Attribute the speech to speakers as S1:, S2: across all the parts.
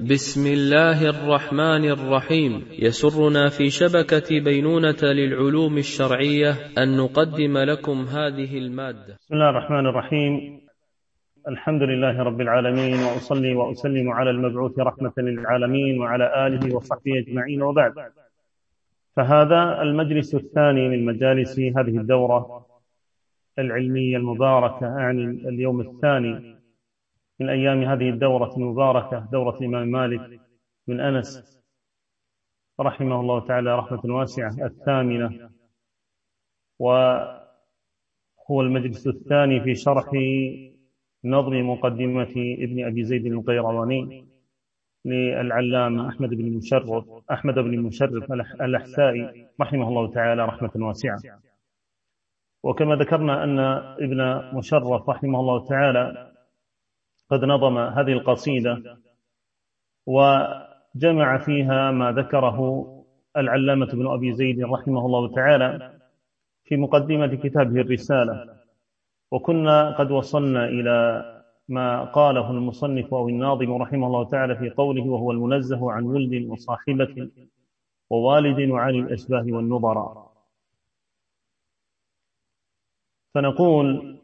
S1: بسم الله الرحمن الرحيم. يسرنا في شبكة بينونة للعلوم الشرعية أن نقدم لكم هذه المادة.
S2: بسم الله الرحمن الرحيم. الحمد لله رب العالمين، وأصلي وأسلم على المبعوث رحمة للعالمين وعلى آله وصحبه أجمعين، وبعد. فهذا المجلس الثاني من مجالس هذه الدورة العلمية المباركة، يعني اليوم الثاني من أيام هذه الدورة المباركة، دورة الإمام مالك بن أنس رحمه الله تعالى رحمة واسعة، الثامنة، وهو المجلس الثاني في شرح نظم مقدمة ابن أبي زيد القيرواني للعلامة أحمد بن مشرف الأحسائي رحمه الله تعالى رحمة واسعة. وكما ذكرنا أن ابن مشرف رحمه الله تعالى قد نظم هذه القصيدة وجمع فيها ما ذكره العلامة ابن أبي زيد رحمه الله تعالى في مقدمة كتابه الرسالة. وكنا قد وصلنا إلى ما قاله المصنف أو الناظم رحمه الله تعالى في قوله: وهو المنزه عن ولد وصاحبة ووالد وعن الأشباه والنظراء. فنقول: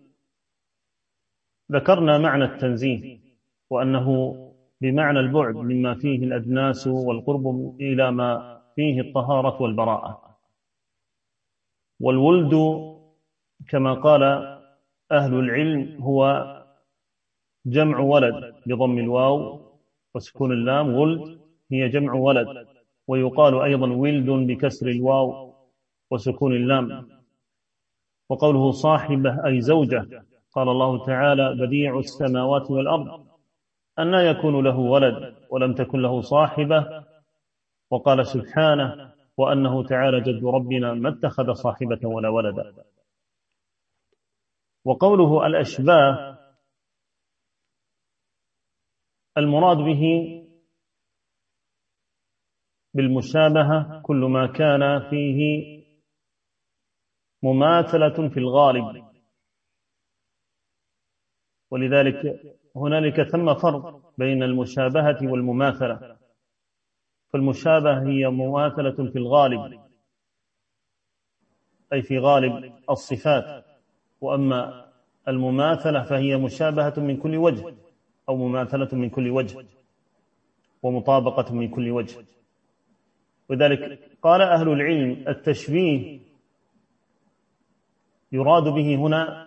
S2: ذكرنا معنى التنزيه، وأنه بمعنى البعد مما فيه الأدناس والقرب إلى ما فيه الطهارة والبراءة. والولد كما قال أهل العلم هو جمع ولد بضم الواو وسكون اللام، ولد هي جمع ولد. ويقال أيضا ولد بكسر الواو وسكون اللام. وقوله صاحبة أي زوجة، قال الله تعالى: بديع السماوات والأرض أنى يكون له ولد ولم تكن له صاحبة. وقال سبحانه: وأنه تعالى جد ربنا ما اتخذ صاحبة ولا ولدا. وقوله الأشباه، المراد به بالمشابهة كل ما كان فيه مماثلة في الغالب. ولذلك هنالك ثم فرق بين المشابهة والمماثلة. فالمشابهة هي مماثلة في الغالب، أي في غالب الصفات. وأما المماثلة فهي مشابهة من كل وجه، أو مماثلة من كل وجه ومطابقة من كل وجه. وذلك قال أهل العلم: التشبيه يراد به هنا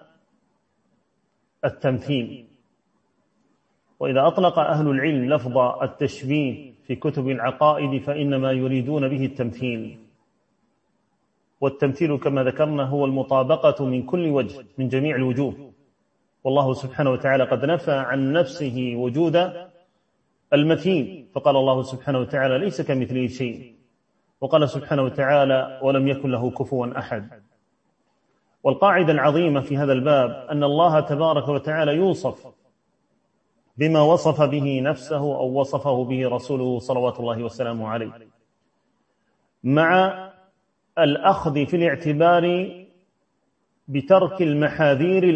S2: التمثيل. وإذا أطلق أهل العلم لفظ التشبيه في كتب العقائد فإنما يريدون به التمثيل. والتمثيل كما ذكرنا هو المطابقة من كل وجه من جميع الوجوه. والله سبحانه وتعالى قد نفى عن نفسه وجود المثيل، فقال الله سبحانه وتعالى: ليس كمثله شيء. وقال سبحانه وتعالى: ولم يكن له كفوا أحد. والقاعدة العظيمة في هذا الباب أن الله تبارك وتعالى يوصف بما وصف به نفسه أو وصفه به رسوله صلوات الله وسلامه عليه، مع الأخذ في الاعتبار بترك المحاذير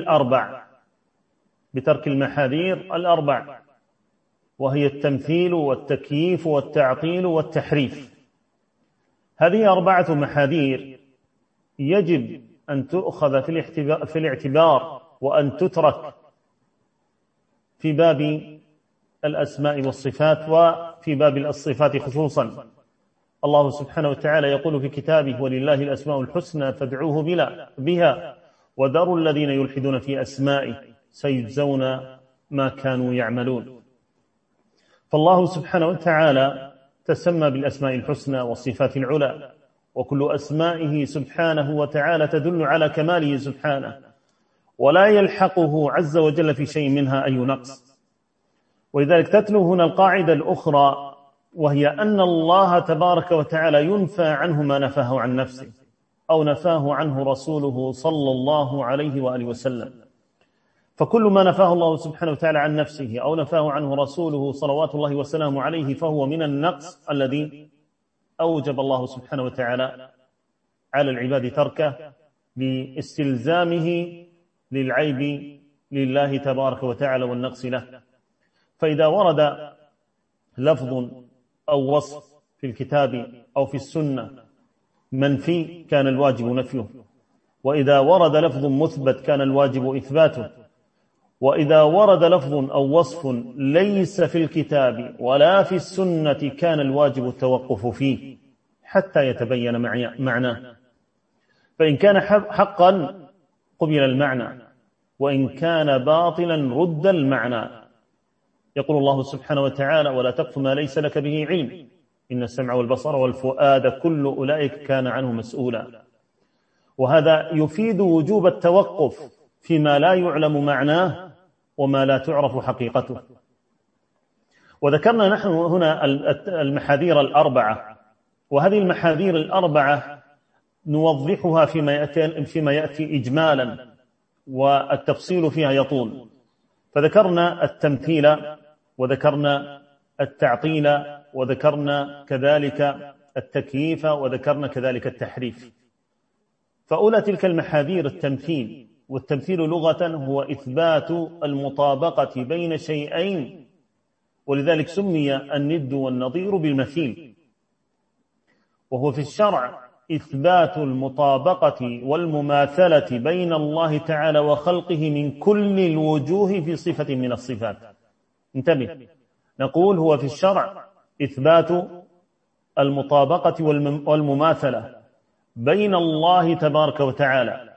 S2: الأربع، وهي التمثيل والتكييف والتعطيل والتحريف. هذه 4 محاذير يجب أن تؤخذ في الاعتبار وأن تترك في باب الأسماء والصفات، وفي باب الصفات خصوصا. الله سبحانه وتعالى يقول في كتابه: ولله الأسماء الحسنى فادعوه بها وذروا الذين يلحدون في أسمائه سيجزون ما كانوا يعملون. فالله سبحانه وتعالى تسمى بالأسماء الحسنى والصفات العلى، وكل أسمائه سبحانه وتعالى تدل على كماله سبحانه، ولا يلحقه عز وجل في شيء منها أي نقص. ولذلك تتلو هنا القاعدة الأخرى، وهي أن الله تبارك وتعالى ينفى عنه ما نفاه عن نفسه أو نفاه عنه رسوله صلى الله عليه وآله وسلم. فكل ما نفاه الله سبحانه وتعالى عن نفسه أو نفاه عنه رسوله صلوات الله وسلامه عليه فهو من النقص الذي أوجب الله سبحانه وتعالى على العباد تركه باستلزامه للعيب لله تبارك وتعالى والنقص له. فإذا ورد لفظ أو وصف في الكتاب أو في السنة منفي كان الواجب نفيه، وإذا ورد لفظ مثبت كان الواجب إثباته، وإذا ورد لفظ أو وصف ليس في الكتاب ولا في السنة كان الواجب التوقف فيه حتى يتبين معناه، فإن كان حقا قبل المعنى، وإن كان باطلا رد المعنى. يقول الله سبحانه وتعالى: ولا تقف ما ليس لك به علم إن السمع والبصر والفؤاد كل أولئك كان عنه مسؤولا. وهذا يفيد وجوب التوقف فيما لا يعلم معناه وما لا تعرف حقيقته. وذكرنا نحن هنا المحاذير الأربعة، وهذه المحاذير الأربعة نوضحها فيما يأتي إجمالا، والتفصيل فيها يطول. فذكرنا التمثيل، وذكرنا التعطيل، وذكرنا كذلك التكييف، وذكرنا كذلك التحريف. فأولى تلك المحاذير التمثيل، والتمثيل لغة هو إثبات المطابقة بين شيئين، ولذلك سمي الند والنظير بالمثيل. وهو في الشرع إثبات المطابقة والمماثلة بين الله تعالى وخلقه من كل الوجوه في صفة من الصفات. انتبه، نقول هو في الشرع إثبات المطابقة والمماثلة بين الله تبارك وتعالى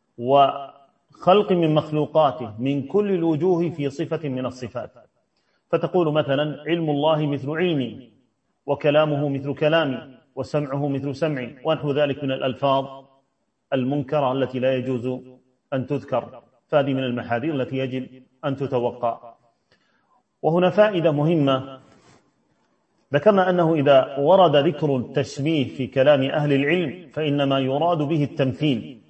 S2: وخلق من مخلوقاته من كل الوجوه في صفة من الصفات. فتقول مثلا: علم الله مثل علمي، وكلامه مثل كلامي، وسمعه مثل سمعي، ونحو ذلك من الألفاظ المنكرة التي لا يجوز أن تذكر. فهذه من المحاذير التي يجب أن تتوقع. وهنا فائدة مهمة، ذكرنا أنه إذا ورد ذكر التشبيه في كلام أهل العلم فإنما يراد به التمثيل.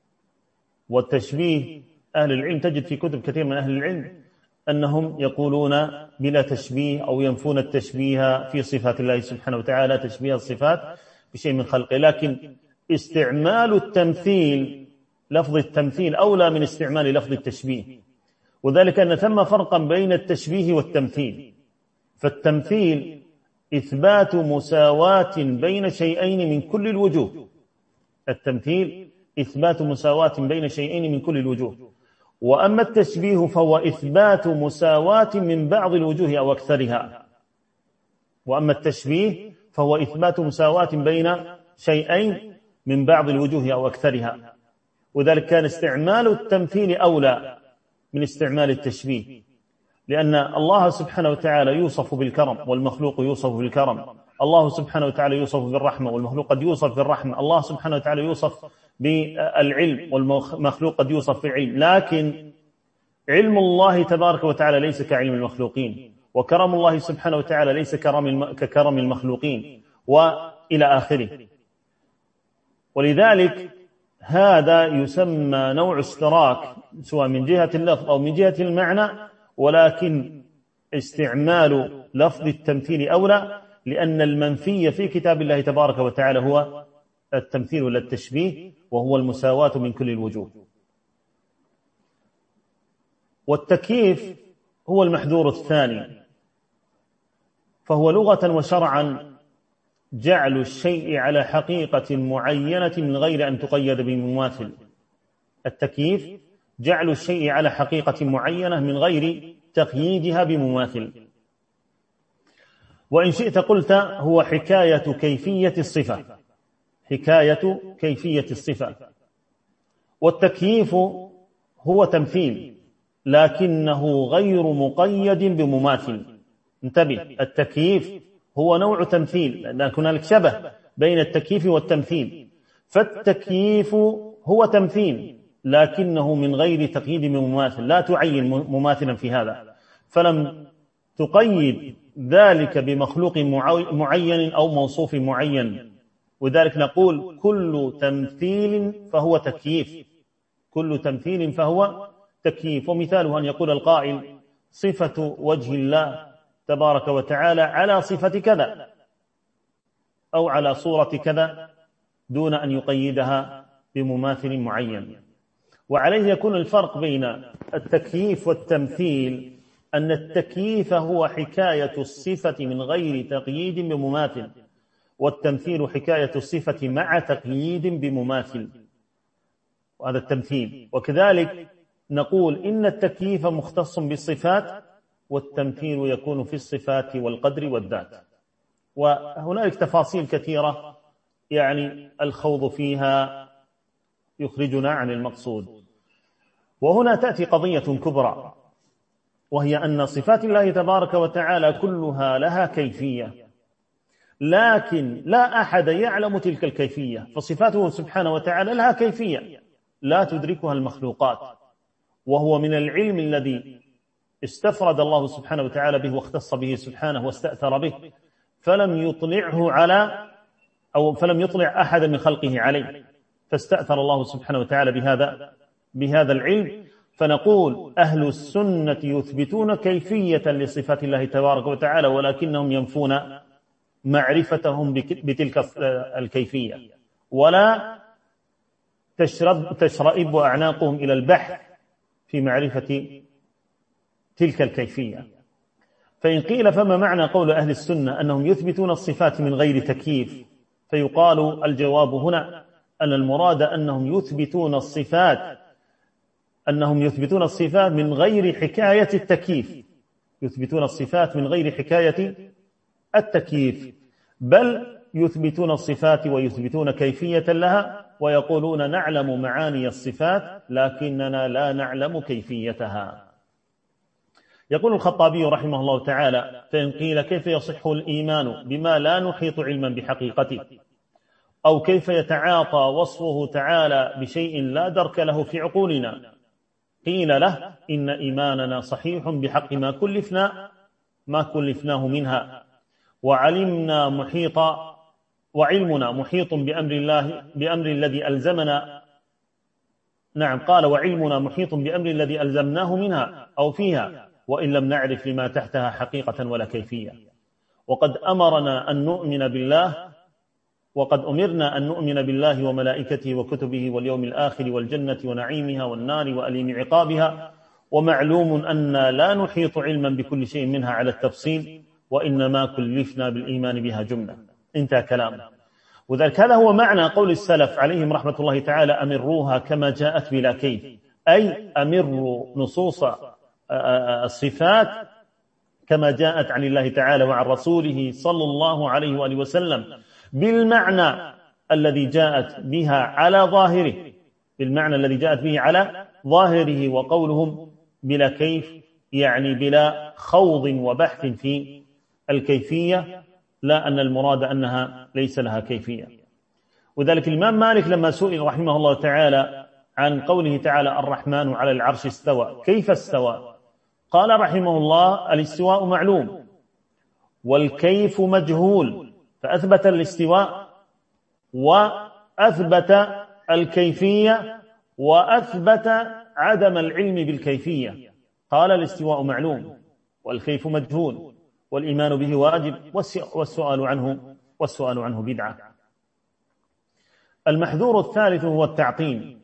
S2: والتشبيه أهل العلم تجد في كتب كثير من أهل العلم أنهم يقولون بلا تشبيه أو ينفون التشبيه في صفات الله سبحانه وتعالى، تشبيه الصفات بشيء من خلقه. لكن استعمال التمثيل، لفظ التمثيل أولى من استعمال لفظ التشبيه، وذلك أن ثم فرقا بين التشبيه والتمثيل. فالتمثيل إثبات مساواة بين شيئين من كل الوجوه، التمثيل إثبات مساواة بين شيئين من كل الوجوه. وأما التشبيه فهو إثبات مساواة من بعض الوجوه أو أكثرها. وأما التشبيه فهو إثبات مساواة بين شيئين من بعض الوجوه أو أكثرها، وذلك كان استعمال التمثيل أولى من استعمال التشبيه، لأن الله سبحانه وتعالى يوصف بالكرم والمخلوق يوصف بالكرم، الله سبحانه وتعالى يوصف بالرحمة والمخلوق قد يوصف بالرحمة، الله سبحانه وتعالى يوصف بالعلم والمخلوق قد يوصف بالعلم. لكن علم الله تبارك وتعالى ليس كعلم المخلوقين، وكرم الله سبحانه وتعالى ليس ككرم المخلوقين، وإلى آخره. ولذلك هذا يسمى نوع اشتراك سواء من جهة اللفظ أو من جهة المعنى، ولكن استعمال لفظ التمثيل أولى، لأن المنفي في كتاب الله تبارك وتعالى هو التمثيل ولا التشبيه، وهو المساواة من كل الوجوه. والتكييف هو المحذور الثاني، فهو لغة وشرعا جعل الشيء على حقيقة معينة من غير أن تقيد بمماثل. التكييف جعل الشيء على حقيقة معينة من غير تقييدها بمماثل. وإن شئت قلت هو حكاية كيفية الصفة، حكاية كيفية الصفة. والتكييف هو تمثيل لكنه غير مقيد بمماثل. انتبه، التكييف هو نوع تمثيل، لأن هنالك شبه بين التكييف والتمثيل. فالتكييف هو تمثيل لكنه من غير تقييد بمماثل، لا تعين مماثلا في هذا، فلم تقيد ذلك بمخلوق معين أو موصوف معين. وذلك نقول كل تمثيل فهو تكييف، كل تمثيل فهو تكييف. ومثاله أن يقول القائل: صفة وجه الله تبارك وتعالى على صفة كذا أو على صورة كذا، دون أن يقيدها بمماثل معين. وعليه يكون الفرق بين التكييف والتمثيل أن التكييف هو حكاية الصفة من غير تقييد بمماثل، والتمثيل حكاية الصفة مع تقييد بمماثل، وهذا التمثيل. وكذلك نقول إن التكييف مختص بالصفات، والتمثيل يكون في الصفات والقدر والذات. وهنالك تفاصيل كثيرة يعني الخوض فيها يخرجنا عن المقصود. وهنا تأتي قضية كبرى، وهي أن صفات الله تبارك وتعالى كلها لها كيفية، لكن لا أحد يعلم تلك الكيفية، فصفاته سبحانه وتعالى لها كيفية لا تدركها المخلوقات، وهو من العلم الذي استفرد الله سبحانه وتعالى به واختص به سبحانه واستأثر به، فلم يطلع أحد من خلقه عليه، فاستأثر الله سبحانه وتعالى بهذا العلم. فنقول أهل السنة يثبتون كيفية لصفات الله تبارك وتعالى، ولكنهم ينفون معرفتهم بتلك الكيفية، ولا تشرئب أعناقهم إلى البحث في معرفة تلك الكيفية. فإن قيل فما معنى قول أهل السنة أنهم يثبتون الصفات من غير تكييف؟ فيقال الجواب هنا أن المراد أنهم يثبتون الصفات من غير حكاية التكييف، يثبتون الصفات من غير حكاية التكييف، بل يثبتون الصفات ويثبتون كيفية لها، ويقولون نعلم معاني الصفات لكننا لا نعلم كيفيتها. يقول الخطابي رحمه الله تعالى: فإن قيل كيف يصح الإيمان بما لا نحيط علما بحقيقته، أو كيف يتعاطى وصفه تعالى بشيء لا درك له في عقولنا؟ قيل له: إن إيماننا صحيح بحق ما كلفناه منها، وعلمنا وعلمنا محيط بأمر الذي ألزمنا. نعم، قال: وعلمنا محيط بأمر الذي ألزمناه منها أو فيها، وإن لم نعرف لما تحتها حقيقة ولا كيفية. وقد أمرنا أن نؤمن بالله، وقد أمرنا أن نؤمن بالله وملائكته وكتبه واليوم الآخر والجنة ونعيمها والنار وأليم عقابها، ومعلوم أن لا نحيط علما بكل شيء منها على التفصيل، وإنما كلفنا بالإيمان بها جملة. انتهى كلامه. وذلك هذا هو معنى قول السلف عليهم رحمة الله تعالى: أمروها كما جاءت بلا كيف، أي أمروا نصوص الصفات كما جاءت عن الله تعالى وعن رسوله صلى الله عليه وآله وسلم بالمعنى الذي جاءت بها على ظاهره، وقولهم بلا كيف يعني بلا خوض وبحث في الكيفية، لا أن المراد أنها ليس لها كيفية. وذلك الإمام مالك لما سئل رحمه الله تعالى عن قوله تعالى: الرحمن على العرش استوى، كيف استوى؟ قال رحمه الله: الاستواء معلوم والكيف مجهول، فأثبت الاستواء وأثبت الكيفية وأثبت عدم العلم بالكيفية. قال: الاستواء معلوم والكيف مجهول والإيمان به واجب والسؤال عنه بدعة. المحذور الثالث هو التعطيل،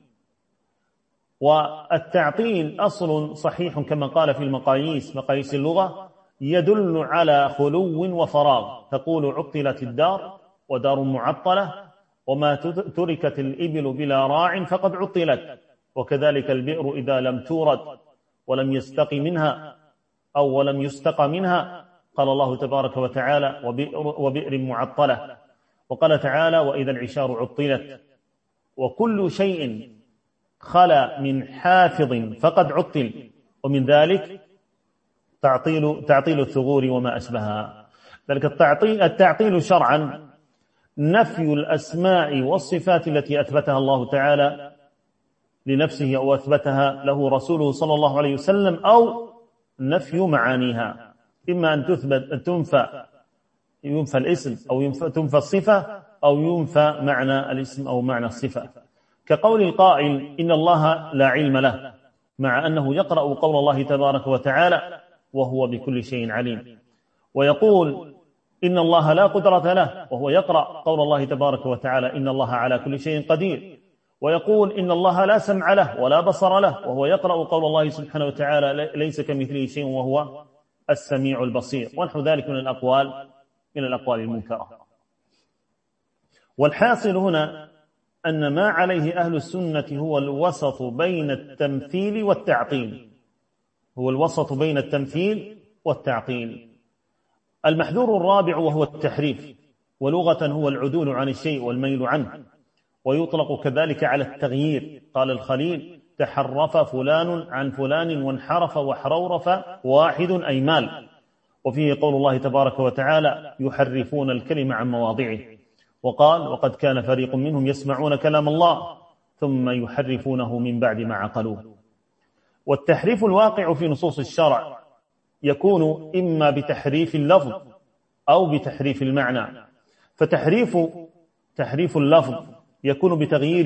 S2: والتعطيل أصل صحيح كما قال في مقاييس اللغة، يدل على خلو وفراغ. تقول: عطلت الدار ودار معطلة، وما تركت الإبل بلا راع فقد عطلت، وكذلك البئر إذا لم تورد ولم يستقي منها أو ولم يستقى منها. قال الله تبارك وتعالى: وبئر معطلة. وقال تعالى: وإذا العشار عطلت. وكل شيء خلا من حافظ فقد عطل، ومن ذلك تعطيل الثغور وما أشبهها. ذلك التعطيل شرعا نفي الأسماء والصفات التي أثبتها الله تعالى لنفسه أو أثبتها له رسوله صلى الله عليه وسلم، أو نفي معانيها، إما أن ينفى الاسم أو تنفى الصفة، أو ينفى معنى الاسم أو معنى الصفة. كقول القائل: إن الله لا علم له، مع أنه يقرأ قول الله تبارك وتعالى: وهو بكل شيء عليم. ويقول: إن الله لا قدرة له، وهو يقرأ قول الله تبارك وتعالى: إن الله على كل شيء قدير. ويقول إن الله لا سمع له ولا بصر له، وهو يقرأ قول الله سبحانه وتعالى ليس كمثله شيء وهو السميع البصير، ونحو ذلك من الأقوال المنكرة. والحاصل هنا أن ما عليه أهل السنة هو الوسط بين التمثيل والتعطيل، هو الوسط بين التمثيل والتعطيل. المحذور الرابع وهو التحريف، ولغة هو العدول عن الشيء والميل عنه، ويطلق كذلك على التغيير. قال الخليل: تحرف فلان عن فلان وانحرف وحرورف واحد أي مال. وفيه قول الله تبارك وتعالى: يحرفون الكلم عن مواضعه. وقال: وقد كان فريق منهم يسمعون كلام الله ثم يحرفونه من بعد ما عقلوه. والتحريف الواقع في نصوص الشرع يكون إما بتحريف اللفظ أو بتحريف المعنى. فتحريف اللفظ يكون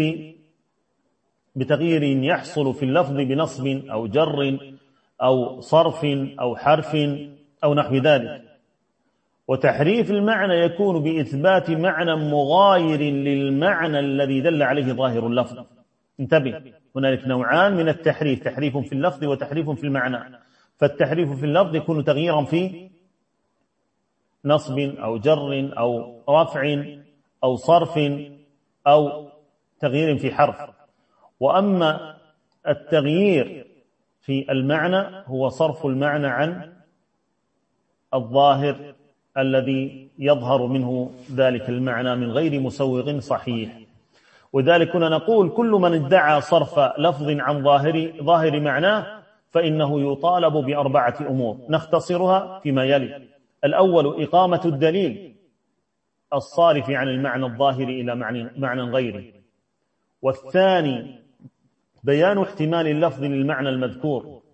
S2: بتغيير يحصل في اللفظ بنصب أو جر أو صرف أو حرف أو نحو ذلك. وتحريف المعنى يكون بإثبات معنى مغاير للمعنى الذي دل عليه ظاهر اللفظ. انتبه، هنالك نوعان من التحريف: تحريف في اللفظ وتحريف في المعنى. فالتحريف في اللفظ يكون تغييرا في نصب أو جر أو رفع أو صرف أو تغيير في حرف. وأما التغيير في المعنى هو صرف المعنى عن الظاهر الذي يظهر منه ذلك المعنى من غير مسوغ صحيح. وذلك كنا نقول: كل من ادعى صرف لفظ عن ظاهر معناه فإنه يطالب بأربعة أمور نختصرها فيما يلي. الأول: إقامة الدليل الصارف عن المعنى الظاهر إلى معنى غيره. والثاني: بيان احتمال اللفظ للمعنى المذكور.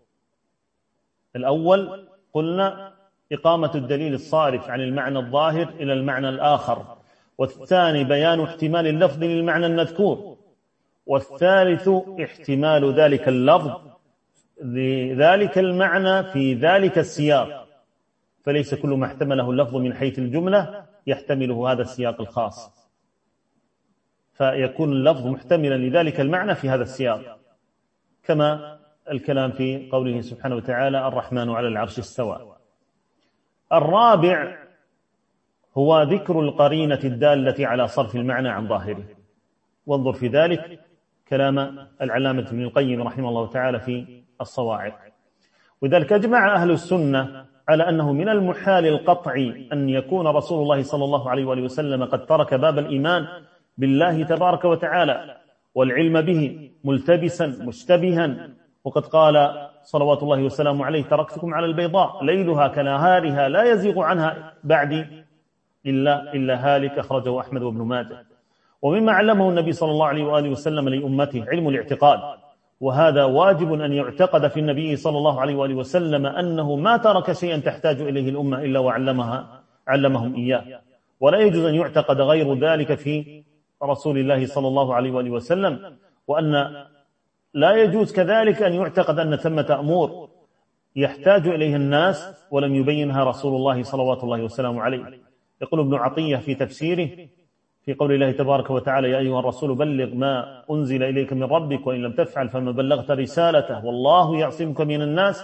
S2: الأول قلنا إقامة الدليل الصارف عن المعنى الظاهر إلى المعنى الآخر، والثاني بيان احتمال اللفظ للمعنى المذكور، والثالث احتمال ذلك اللفظ لذلك المعنى في ذلك السياق، فليس كل ما احتمله اللفظ من حيث الجملة يحتمله هذا السياق الخاص، فيكون اللفظ محتملا لذلك المعنى في هذا السياق، كما الكلام في قوله سبحانه وتعالى: الرحمن على العرش استوى. الرابع هو ذكر القرينة الدالة على صرف المعنى عن ظاهره، وانظر في ذلك كلام العلامة ابن القيم رحمه الله تعالى في الصواعق. وذلك أجمع أهل السنة على أنه من المحال القطعي أن يكون رسول الله صلى الله عليه وآله وسلم قد ترك باب الإيمان بالله تبارك وتعالى والعلم به ملتبسا مشتبها، وقد قال صلوات الله وسلامه عليه: تركتكم على البيضاء ليلها كنهارها لا يزيغ عنها بعدي إلا هالك، أخرجه أحمد وابن ماجه. ومما علمه النبي صلى الله عليه وآله وسلم لأمته علم الاعتقاد، وهذا واجب أن يعتقد في النبي صلى الله عليه وآله وسلم أنه ما ترك شيئا تحتاج إليه الأمة إلا وعلمهم إياه، ولا يجوز أن يعتقد غير ذلك في رسول الله صلى الله عليه وآله وسلم، وأن لا يجوز كذلك أن يعتقد أن ثمة أمور يحتاج إليها الناس ولم يبينها رسول الله صلوات الله وسلامه عليه. يقول ابن عطية في تفسيره في قول الله تبارك وتعالى: يا أيها الرسول بلغ ما أنزل إليك من ربك وإن لم تفعل فما بلغت رسالته والله يعصمك من الناس.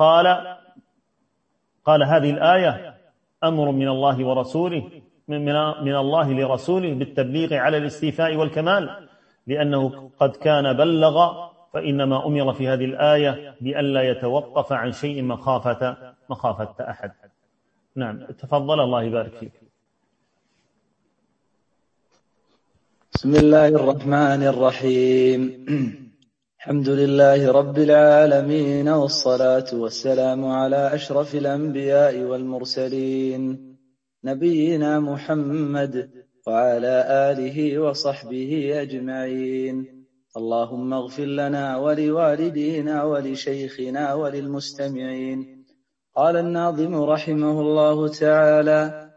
S2: قال هذه الآية أمر من الله ورسوله من الله لرسوله بالتبليغ على الاستيفاء والكمال، لأنه قد كان بلغ، فإنما أمر في هذه الآية بألا يتوقف عن شيء مخافة أحد. نعم، تفضل، الله يبارك فيك.
S3: بسم الله الرحمن الرحيم. الحمد لله رب العالمين، والصلاة والسلام على أشرف الأنبياء والمرسلين، نبينا محمد وعلى آله وصحبه أجمعين. اللهم اغفر لنا ولوالدينا ولشيخنا وللمستمعين. قال الناظم رحمه الله تعالى: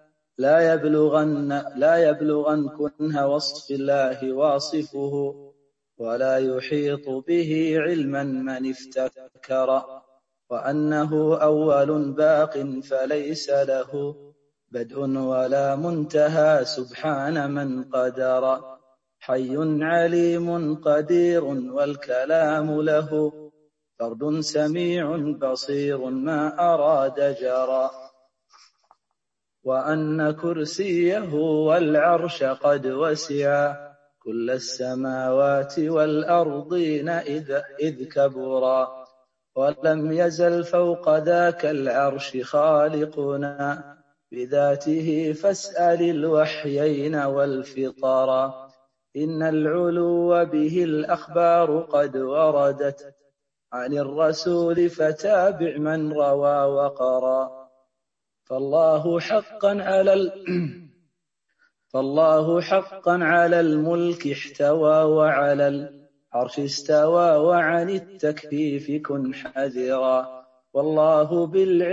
S3: لا يبلغن كنه وصف الله واصفه، ولا يحيط به علما من افتكر، وأنه أول باق فليس له بدء ولا منتهى سبحان من قدر. حي عليم قدير والكلام له فرد سميع بصير ما أراد جرى وأن كرسيه والعرش قد وسعا كل السماوات والأرضين إذ كبرا ولم يزل فوق ذاك العرش خالقنا بذاته فاسأل الوحيين والفطرا إن العلو به الأخبار قد وردت عن الرسول فتابع من روى وقرا فالله حقا على الملك احتوى وعلى العرش استوى وعن التكفيف كن حذرا والله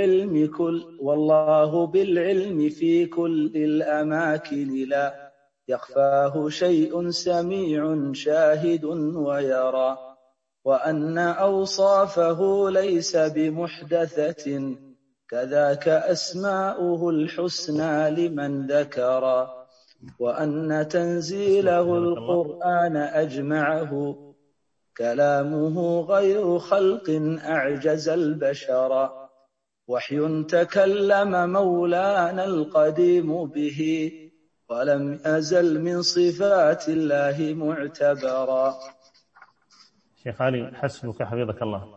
S3: بالعلم في كل الأماكن لا يخفاه شيء سميع شاهد ويرى وأن أوصافه ليس بمحدثة كذاك أسماؤه الحسنى لمن ذكرا وأن تنزيله القرآن أجمعه كلامه غير خلق أعجز البشر وحي تكلم مولانا القديم به ولم يزل من صفات الله معتبرا.
S2: شيخ علي حسبك حفظك الله.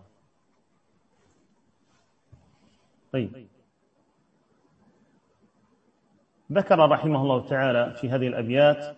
S2: طيب، ذكر رحمه الله تعالى في هذه الأبيات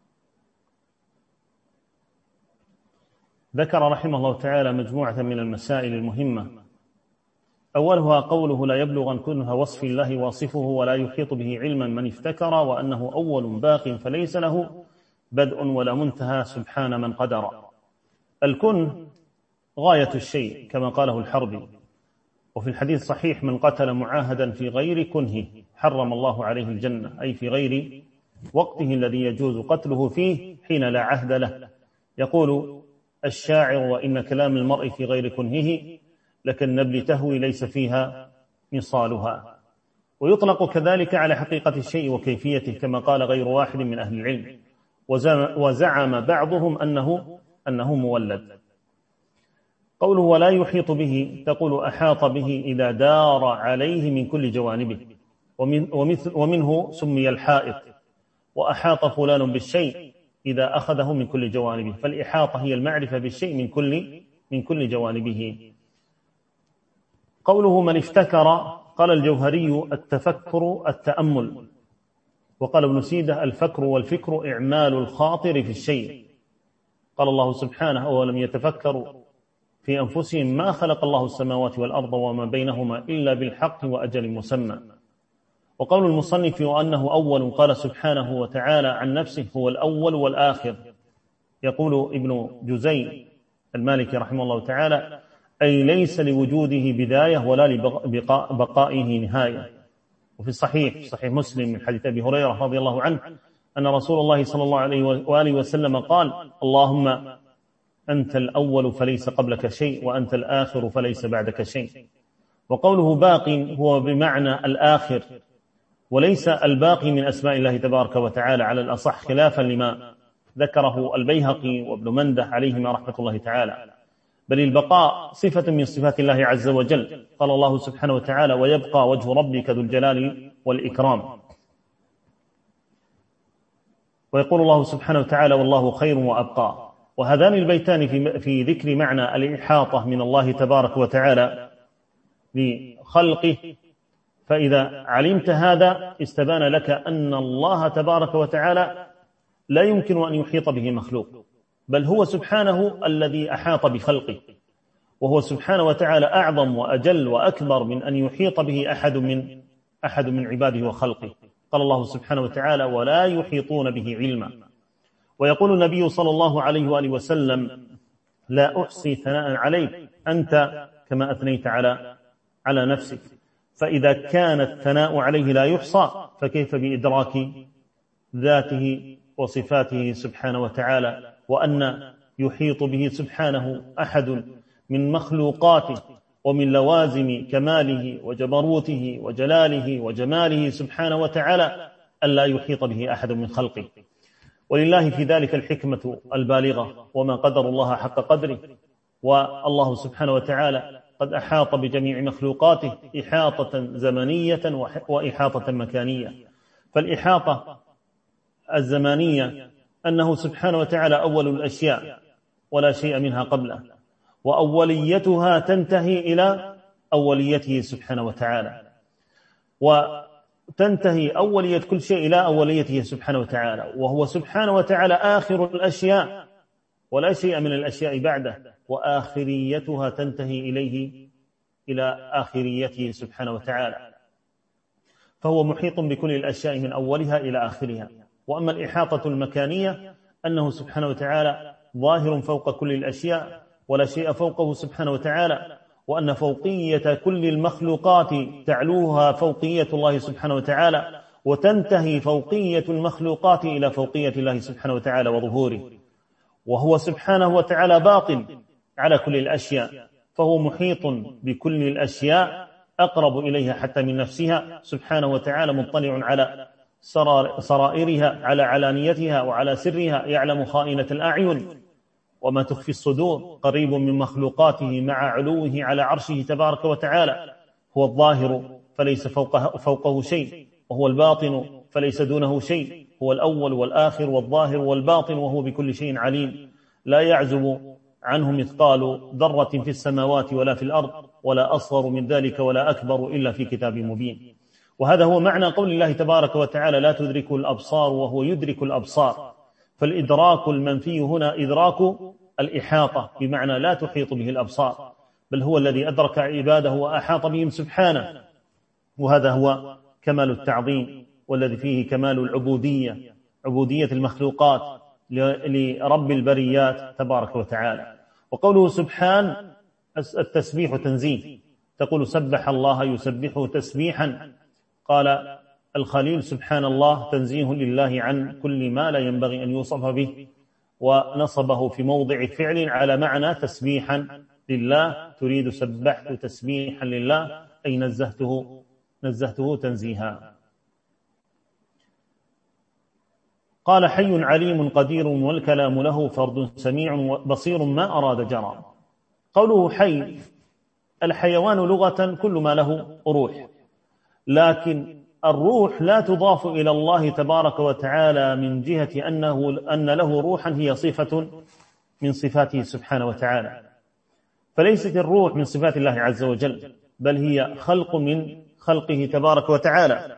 S2: مجموعة من المسائل المهمة. أولها قوله لا يبلغ كنه وصف الله واصفه ولا يحيط به علما من افتكر وأنه أول باق فليس له بدء ولا منتهى سبحان من قدر. الكن غاية الشيء كما قاله الحربي، وفي الحديث صحيح من قتل معاهدا في غير كنه حرم الله عليه الجنة، أي في غير وقته الذي يجوز قتله فيه حين لا عهد له. يقول الشاعر وإن كلام المرء في غير كنهه لكالنبل تهوي ليس فيها مصالها. ويطلق كذلك على حقيقة الشيء وكيفيته كما قال غير واحد من أهل العلم، وزعم بعضهم أنه مولد. قوله ولا يحيط به، تقول أحاط به إذا دار عليه من كل جوانبه، ومنه سمي الحائط. وأحاط فلان بالشيء إذا أخذه من كل جوانبه، فالإحاطة هي المعرفة بالشيء من كل جوانبه. قوله من افتكر، قال الجوهري التفكر التأمل، وقال ابن سيدة الفكر والفكر إعمال الخاطر في الشيء. قال الله سبحانه ولم يتفكروا في أنفسهم ما خلق الله السماوات والأرض وما بينهما إلا بالحق وأجل مسمى. وقول المصنف وأنه أول، قال سبحانه وتعالى عن نفسه هو الأول والآخر. يقول ابن جزي المالكي رحمه الله تعالى أي ليس لوجوده بداية ولا لبقائه نهاية. وفي صحيح مسلم من حديث أبي هريرة رضي الله عنه أن رسول الله صلى الله عليه وآله وسلم قال اللهم أنت الأول فليس قبلك شيء وأنت الآخر فليس بعدك شيء. وقوله باق هو بمعنى الآخر، وليس الباقي من أسماء الله تبارك وتعالى على الأصح، خلافا لما ذكره البيهقي وابن منده عليهما رحمة الله تعالى، بل البقاء صفة من صفات الله عز وجل. قال الله سبحانه وتعالى ويبقى وجه ربك ذو الجلال والإكرام. ويقول الله سبحانه وتعالى والله خير وأبقى. وهذان البيتان في ذكر معنى الإحاطة من الله تبارك وتعالى لخلقه. فإذا علمت هذا استبان لك أن الله تبارك وتعالى لا يمكن أن يحيط به مخلوق، بل هو سبحانه الذي أحاط بخلقه، وهو سبحانه وتعالى أعظم وأجل وأكبر من أن يحيط به أحد من عباده وخلقه. قال الله سبحانه وتعالى ولا يحيطون به علما. ويقول النبي صلى الله عليه وآله وسلم لا أحصي ثناء عليك أنت كما أثنيت على نفسك. فإذا كان الثناء عليه لا يحصى فكيف بإدراك ذاته وصفاته سبحانه وتعالى، وأن يحيط به سبحانه أحد من مخلوقاته ومن لوازم كماله وجبروته وجلاله وجماله سبحانه وتعالى ألا يحيط به أحد من خلقه. ولله في ذلك الحكمة البالغة، وما قدر الله حق قدره. والله سبحانه وتعالى قد أحاط بجميع مخلوقاته إحاطة زمنية وإحاطة مكانية. فالإحاطة الزمانية أنه سبحانه وتعالى أول الأشياء ولا شيء منها قبله، وأوليتها تنتهي إلى أوليته سبحانه وتعالى، وتنتهي أولية كل شيء إلى أوليته سبحانه وتعالى، وهو سبحانه وتعالى آخر الأشياء ولا شيء من الأشياء بعده، وآخريتها تنتهي إليه إلى آخريته سبحانه وتعالى، فهو محيط بكل الأشياء من أولها إلى آخرها. وأما الإحاطة المكانية أنه سبحانه وتعالى ظاهر فوق كل الأشياء ولا شيء فوقه سبحانه وتعالى، وأن فوقية كل المخلوقات تعلوها فوقية الله سبحانه وتعالى، وتنتهي فوقية المخلوقات إلى فوقية الله سبحانه وتعالى وظهوره، وهو سبحانه وتعالى باطن على كل الأشياء، فهو محيط بكل الأشياء أقرب إليها حتى من نفسها سبحانه وتعالى، مطلع على سرائرها، على علانيتها وعلى سرها، يعلم خائنة الأعين وما تخفي الصدور، قريب من مخلوقاته مع علوه على عرشه تبارك وتعالى. هو الظاهر فليس فوقه شيء، وهو الباطن فليس دونه شيء، هو الأول والآخر والظاهر والباطن، وهو بكل شيء عليم، لا يعزب عنه مثقال ذرة في السماوات ولا في الأرض، ولا أصغر من ذلك ولا أكبر إلا في كتاب مبين. وهذا هو معنى قول الله تبارك وتعالى: لا تدركه الأبصار وهو يدرك الأبصار. فالإدراك المنفي هنا إدراك الإحاطة، بمعنى لا تحيط به الأبصار، بل هو الذي أدرك عباده وأحاط بهم سبحانه. وهذا هو كمال التعظيم، والذي فيه كمال العبودية، عبودية المخلوقات لرب البريات تبارك وتعالى. وقوله سبحان التسبيح تنزيه، تقول سبح الله يسبحه تسبيحا. قال الخليل: سبحان الله تنزيه لله عن كل ما لا ينبغي أن يوصف به، ونصبه في موضع فعل على معنى تسبيحا لله، تريد سبحت تسبيحا لله أي نزهته تنزيها. قال: حي عليم قدير والكلام له فرد سميع بصير ما أراد جرى. قوله حي، الحيوان لغة كل ما له روح، لكن الروح لا تضاف إلى الله تبارك وتعالى من جهة أن له روحا هي صفة من صفاته سبحانه وتعالى، فليست الروح من صفات الله عز وجل، بل هي خلق من خلقه تبارك وتعالى،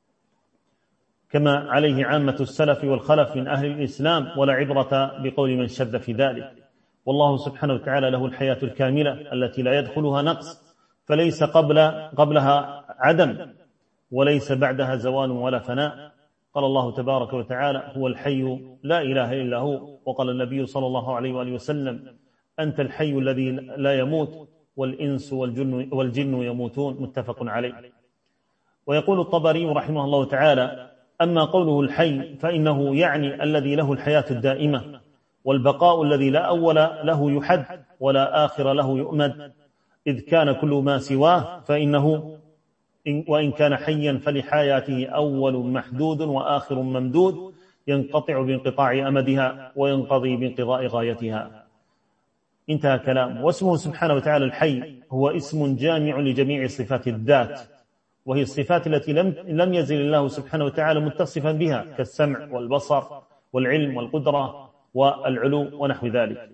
S2: كما عليه عامة السلف والخلف من أهل الإسلام، ولا عبرة بقول من شذ في ذلك. والله سبحانه وتعالى له الحياة الكاملة التي لا يدخلها نقص، فليس قبلها عدم، وليس بعدها زوال ولا فناء. قال الله تبارك وتعالى: هو الحي لا إله إلا هو. وقال النبي صلى الله عليه وآله وسلم: أنت الحي الذي لا يموت، والإنس والجن يموتون. متفق عليه. ويقول الطبري رحمه الله تعالى: أما قوله الحي فإنه يعني الذي له الحياة الدائمة والبقاء الذي لا أول له يحد ولا آخر له يؤمد، إذ كان كل ما سواه فإنه وإن كان حيا فلحياته أول محدود وآخر ممدود، ينقطع بانقطاع أمدها وينقضي بانقضاء غايتها. انتهى كلام. واسمه سبحانه وتعالى الحي هو اسم جامع لجميع صفات الذات، وهي الصفات التي لم يزل الله سبحانه وتعالى متصفا بها، كالسمع والبصر والعلم والقدرة والعلو ونحو ذلك.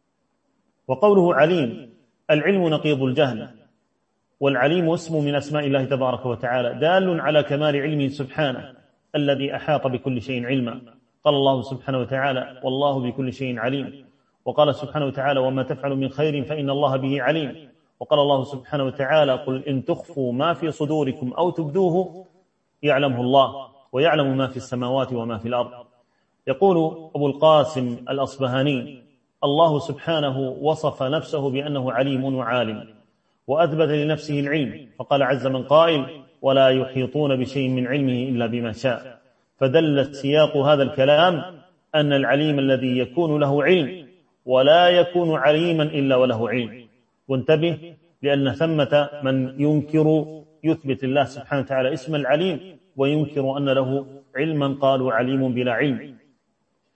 S2: وقوله عليم، العلم نقيض الجهل، والعليم اسم من أسماء الله تبارك وتعالى دال على كمال علمه سبحانه الذي أحاط بكل شيء علما. قال الله سبحانه وتعالى: والله بكل شيء عليم. وقال سبحانه وتعالى: وما تفعل من خير فإن الله به عليم. وقال الله سبحانه وتعالى: قل إن تخفوا ما في صدوركم أو تبدوه يعلمه الله ويعلم ما في السماوات وما في الأرض. يقول أبو القاسم الأصبهاني: الله سبحانه وصف نفسه بأنه عليم وعالم، وأثبت لنفسه العلم، فقال عز من قائل: ولا يحيطون بشيء من علمه إلا بما شاء. فدل سياق هذا الكلام أن العليم الذي يكون له علم، ولا يكون عليما إلا وله علم. وانتبه، لأن ثمة من يثبت الله سبحانه وتعالى اسم العليم وينكر أن له علما، قالوا عليم بلا علم.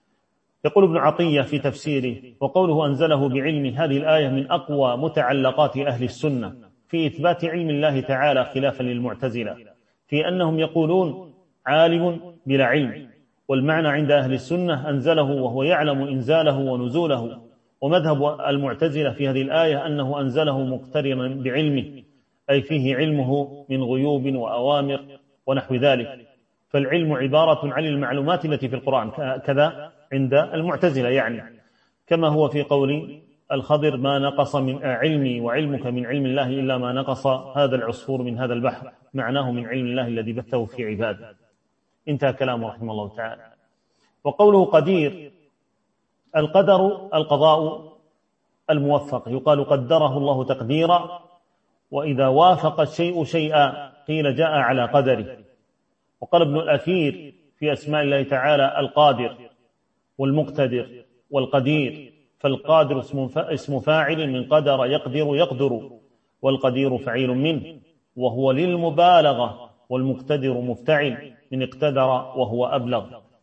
S2: يقول ابن عطية في تفسيره: وقوله أنزله بعلم، هذه الآية من أقوى متعلقات أهل السنة في إثبات علم الله تعالى، خلافا للمعتزلة في أنهم يقولون عالم بلا علم. والمعنى عند أهل السنة أنزله وهو يعلم إنزاله ونزوله. ومذهب المعتزلة في هذه الآية أنه أنزله مقترنا بعلمه، أي فيه علمه من غيوب وأوامر ونحو ذلك. فالعلم عبارة عن المعلومات التي في القرآن، كذا عند المعتزلة، يعني كما هو في قول الخضر: ما نقص من علمي وعلمك من علم الله إلا ما نقص هذا العصفور من هذا البحر، معناه من علم الله الذي بثه في عباده. انتهى كلامه رحمه الله تعالى. وقوله قدير، القدر القضاء الموفق، يقال قدره الله تقديرا، وإذا وافق الشيء شيئا قيل جاء على قدره. وقال ابن الأثير في أسماء الله تعالى: القادر والمقتدر والقدير، فالقادر اسم فاعل من قدر يقدر يقدر، والقدير فعيل منه وهو للمبالغة، والمقتدر مفتعل من اقتدر وهو أبلغ.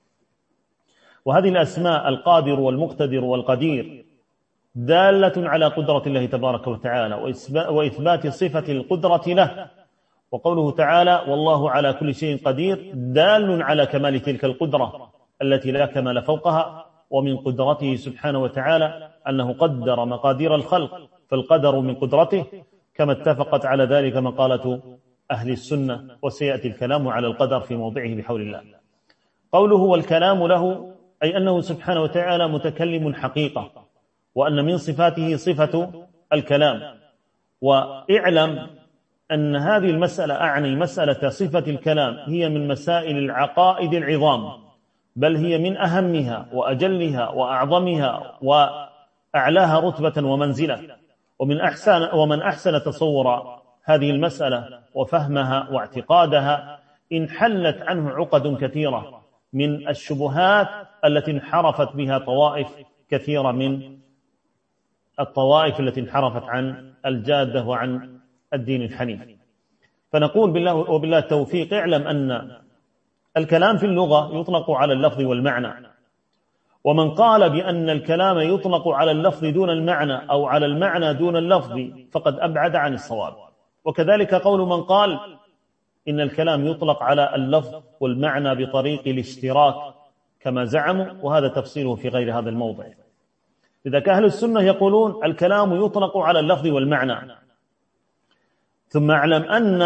S2: وهذه الأسماء القادر والمقتدر والقدير دالة على قدرة الله تبارك وتعالى وإثبات صفة القدرة له. وقوله تعالى: والله على كل شيء قدير، دال على كمال تلك القدرة التي لا كمال فوقها. ومن قدرته سبحانه وتعالى أنه قدر مقادير الخلق، فالقدر من قدرته، كما اتفقت على ذلك مقالة أهل السنة، وسيأتي الكلام على القدر في موضعه بحول الله. قوله والكلام له، أي أنه سبحانه وتعالى متكلم حقيقة، وأن من صفاته صفة الكلام. واعلم أن هذه المسألة، أعني مسألة صفة الكلام، هي من مسائل العقائد العظام، بل هي من أهمها وأجلها وأعظمها وأعلاها رتبة ومنزلة. ومن أحسن تصور هذه المسألة وفهمها واعتقادها انحلت عنه عقد كثيرة من الشبهات التي انحرفت بها طوائف كثيرة من الطوائف التي انحرفت عن الجادة وعن الدين الحنيف. فنقول بالله وبالله التوفيق: اعلم أن الكلام في اللغة يطلق على اللفظ والمعنى، ومن قال بأن الكلام يطلق على اللفظ دون المعنى أو على المعنى دون اللفظ فقد أبعد عن الصواب. وكذلك قول من قال إن الكلام يطلق على اللفظ والمعنى بطريق الاشتراك كما زعموا، وهذا تفصيله في غير هذا الموضع. لذلك أهل السنة يقولون الكلام يطلق على اللفظ والمعنى. ثم اعلم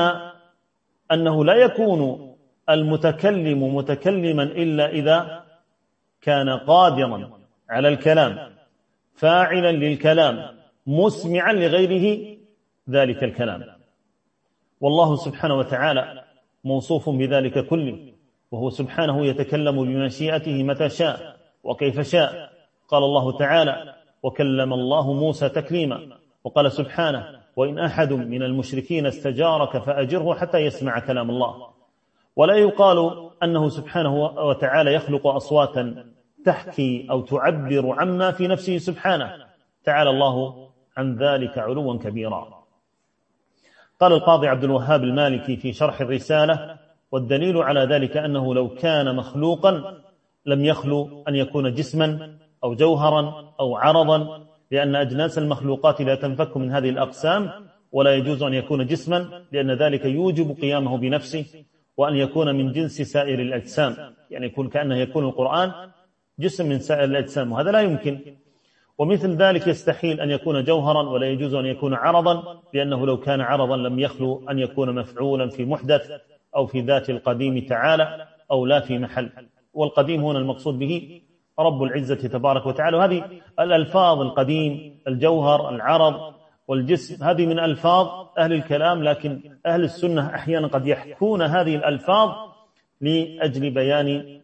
S2: أنه لا يكون المتكلم متكلما إلا إذا كان قادرا على الكلام، فاعلا للكلام، مسمعا لغيره ذلك الكلام. والله سبحانه وتعالى موصوف بذلك كله، وهو سبحانه يتكلم بمشيئته متى شاء وكيف شاء. قال الله تعالى: وكلم الله موسى تكليما. وقال سبحانه: وإن أحد من المشركين استجارك فأجره حتى يسمع كلام الله. ولا يقال أنه سبحانه وتعالى يخلق أصواتا تحكي أو تعبر عما في نفسه سبحانه، تعالى الله عن ذلك علوا كبيرا. قال القاضي عبد الوهاب المالكي في شرح الرسالة: والدليل على ذلك أنه لو كان مخلوقا لم يخلو أن يكون جسما أو جوهرا أو عرضا، لأن أجناس المخلوقات لا تنفك من هذه الأقسام، ولا يجوز أن يكون جسما لأن ذلك يوجب قيامه بنفسه، وأن يكون من جنس سائر الأجسام، يعني يكون كأنه يكون القرآن جسم من سائر الأجسام، وهذا لا يمكن. ومثل ذلك يستحيل أن يكون جوهرا، ولا يجوز أن يكون عرضا، لأنه لو كان عرضا لم يخلو أن يكون مفعولا في محدث أو في ذات القديم تعالى أو لا في محل. والقديم هنا المقصود به رب العزة تبارك وتعالى. وهذه الألفاظ القديم، الجوهر، العرض والجسم، هذه من ألفاظ أهل الكلام، لكن أهل السنة أحيانا قد يحكون هذه الألفاظ لأجل بيان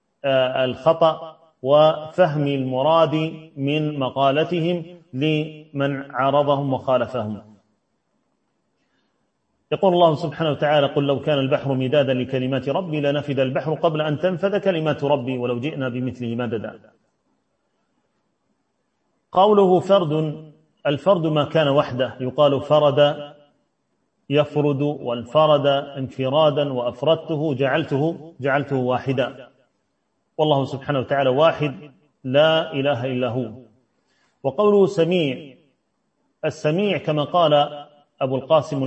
S2: الخطأ وفهم المراد من مقالتهم لمن عارضهم وخالفهم. يقول الله سبحانه وتعالى: قل لو كان البحر مدادا لكلمات ربي لنفد البحر قبل أن تنفذ كلمات ربي ولو جئنا بمثله مددا. قوله فرد، الفرد ما كان وحده، يقال فرد يفرد، والفرد انفرادا، وأفردته جعلته واحدا. والله سبحانه وتعالى واحد لا إله إلا هو. وقوله سميع، السميع كما قال أبو القاسم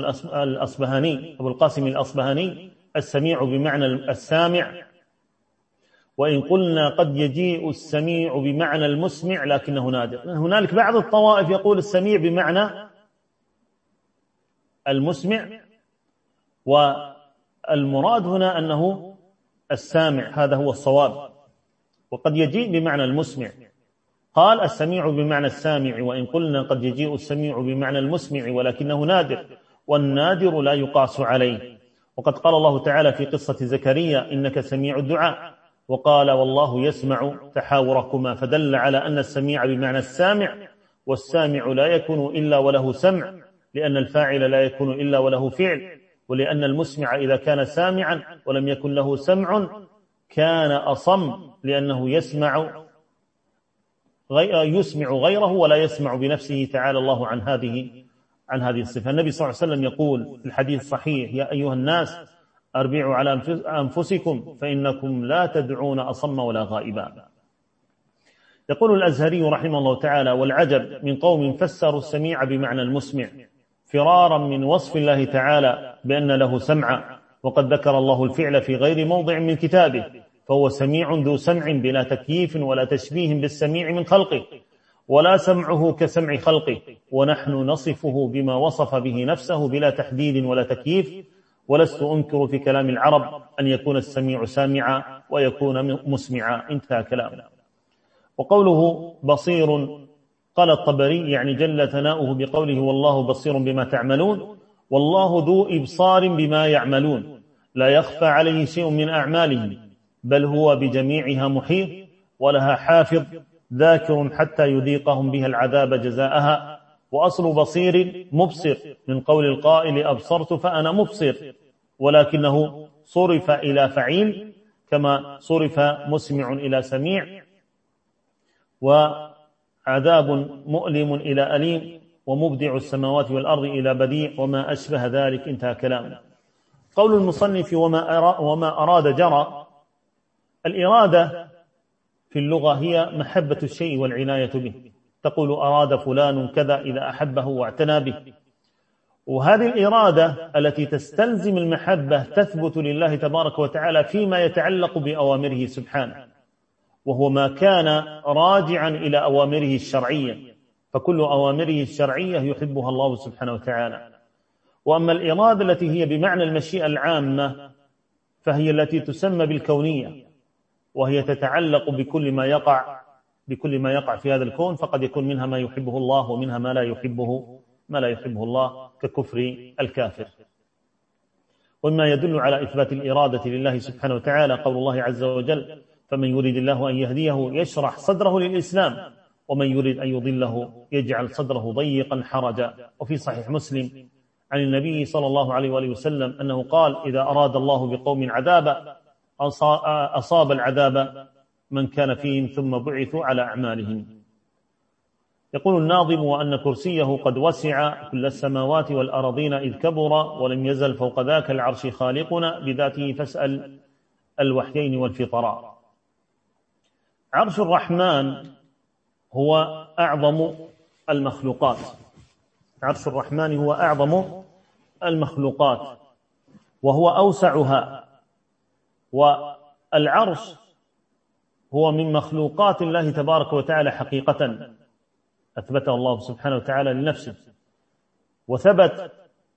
S2: الأصبهاني السميع بمعنى السامع، وإن قلنا قد يجيء السميع بمعنى المسمع لكنه نادر. هنالك بعض الطوائف يقول السميع بمعنى المسمع، والمراد هنا أنه السامع، هذا هو الصواب، وقد يجيء بمعنى المسمع. قال السميع بمعنى السامع، وإن قلنا قد يجيء السميع بمعنى المسمع ولكنه نادر، والنادر لا يقاس عليه. وقد قال الله تعالى في قصة زكريا إنك سميع الدعاء، وقال والله يسمع تحاوركما، فدل على أن السميع بمعنى السامع، والسامع لا يكون إلا وله سمع، لأن الفاعل لا يكون إلا وله فعل، ولأن المسمع إذا كان سامعا ولم يكن له سمع كان أصم، لأنه يسمع غيره ولا يسمع بنفسه، تعالى الله عن هذه الصفة. النبي صلى الله عليه وسلم يقول في الحديث الصحيح يا أيها الناس أربعوا على أنفسكم فإنكم لا تدعون أصم ولا غائبا. يقول الأزهري رحمه الله تعالى والعجب من قوم فسروا السميع بمعنى المسمع فرارا من وصف الله تعالى بأن له سمع، وقد ذكر الله الفعل في غير موضع من كتابه، فهو سميع ذو سمع بلا تكييف ولا تشبيه بالسميع من خلقه، ولا سمعه كسمع خلقه، ونحن نصفه بما وصف به نفسه بلا تحديد ولا تكييف. ولست أنكر في كلام العرب أن يكون السميع سامعا ويكون مسمعا. انتهى كلامه. وقوله بصير، قال الطبري يعني جل ثناؤه بقوله والله بصير بما تعملون، والله ذو إبصار بما يعملون، لا يخفى عليه شيء من أعمالهم، بل هو بجميعها محيط، ولها حافظ ذاكر حتى يذيقهم بها العذاب جزاءها. وأصل بصير مبصر، من قول القائل أبصرت فأنا مبصر، ولكنه صرف إلى فعيل كما صرف مسمع إلى سميع، وعذاب مؤلم إلى أليم، ومبدع السماوات والأرض إلى بديع، وما أشبه ذلك. انتهى كلامه. قول المصنف وما أراد جرى. الإرادة في اللغة هي محبة الشيء والعناية به، تقول أراد فلان كذا إذا أحبه واعتنى به. وهذه الإرادة التي تستلزم المحبة تثبت لله تبارك وتعالى فيما يتعلق بأوامره سبحانه، وهو ما كان راجعا إلى أوامره الشرعية، فكل أوامره الشرعية يحبها الله سبحانه وتعالى. وأما الإرادة التي هي بمعنى المشيئة العامة فهي التي تسمى بالكونية، وهي تتعلق بكل ما يقع في هذا الكون، فقد يكون منها ما يحبه الله ومنها ما لا يحبه الله، ككفر الكافر. وما يدل على إثبات الإرادة لله سبحانه وتعالى قول الله عز وجل فمن يريد الله أن يهديه يشرح صدره للإسلام، ومن يريد أن يضله يجعل صدره ضيقا حرجا. وفي صحيح مسلم عن النبي صلى الله عليه وآله وسلم أنه قال إذا أراد الله بقوم عذابا أصاب العذاب من كان فيهم ثم بعثوا على أعمالهم. يقول الناظم وأن كرسيه قد وسع كل السماوات والأرضين إذ كبر، ولم يزل فوق ذاك العرش خالقنا بذاته فاسأل الوحيين والفطراء. عرش الرحمن هو أعظم المخلوقات، عرش الرحمن هو أعظم المخلوقات وهو أوسعها، والعرش هو من مخلوقات الله تبارك وتعالى حقيقة أثبته الله سبحانه وتعالى لنفسه. وثبت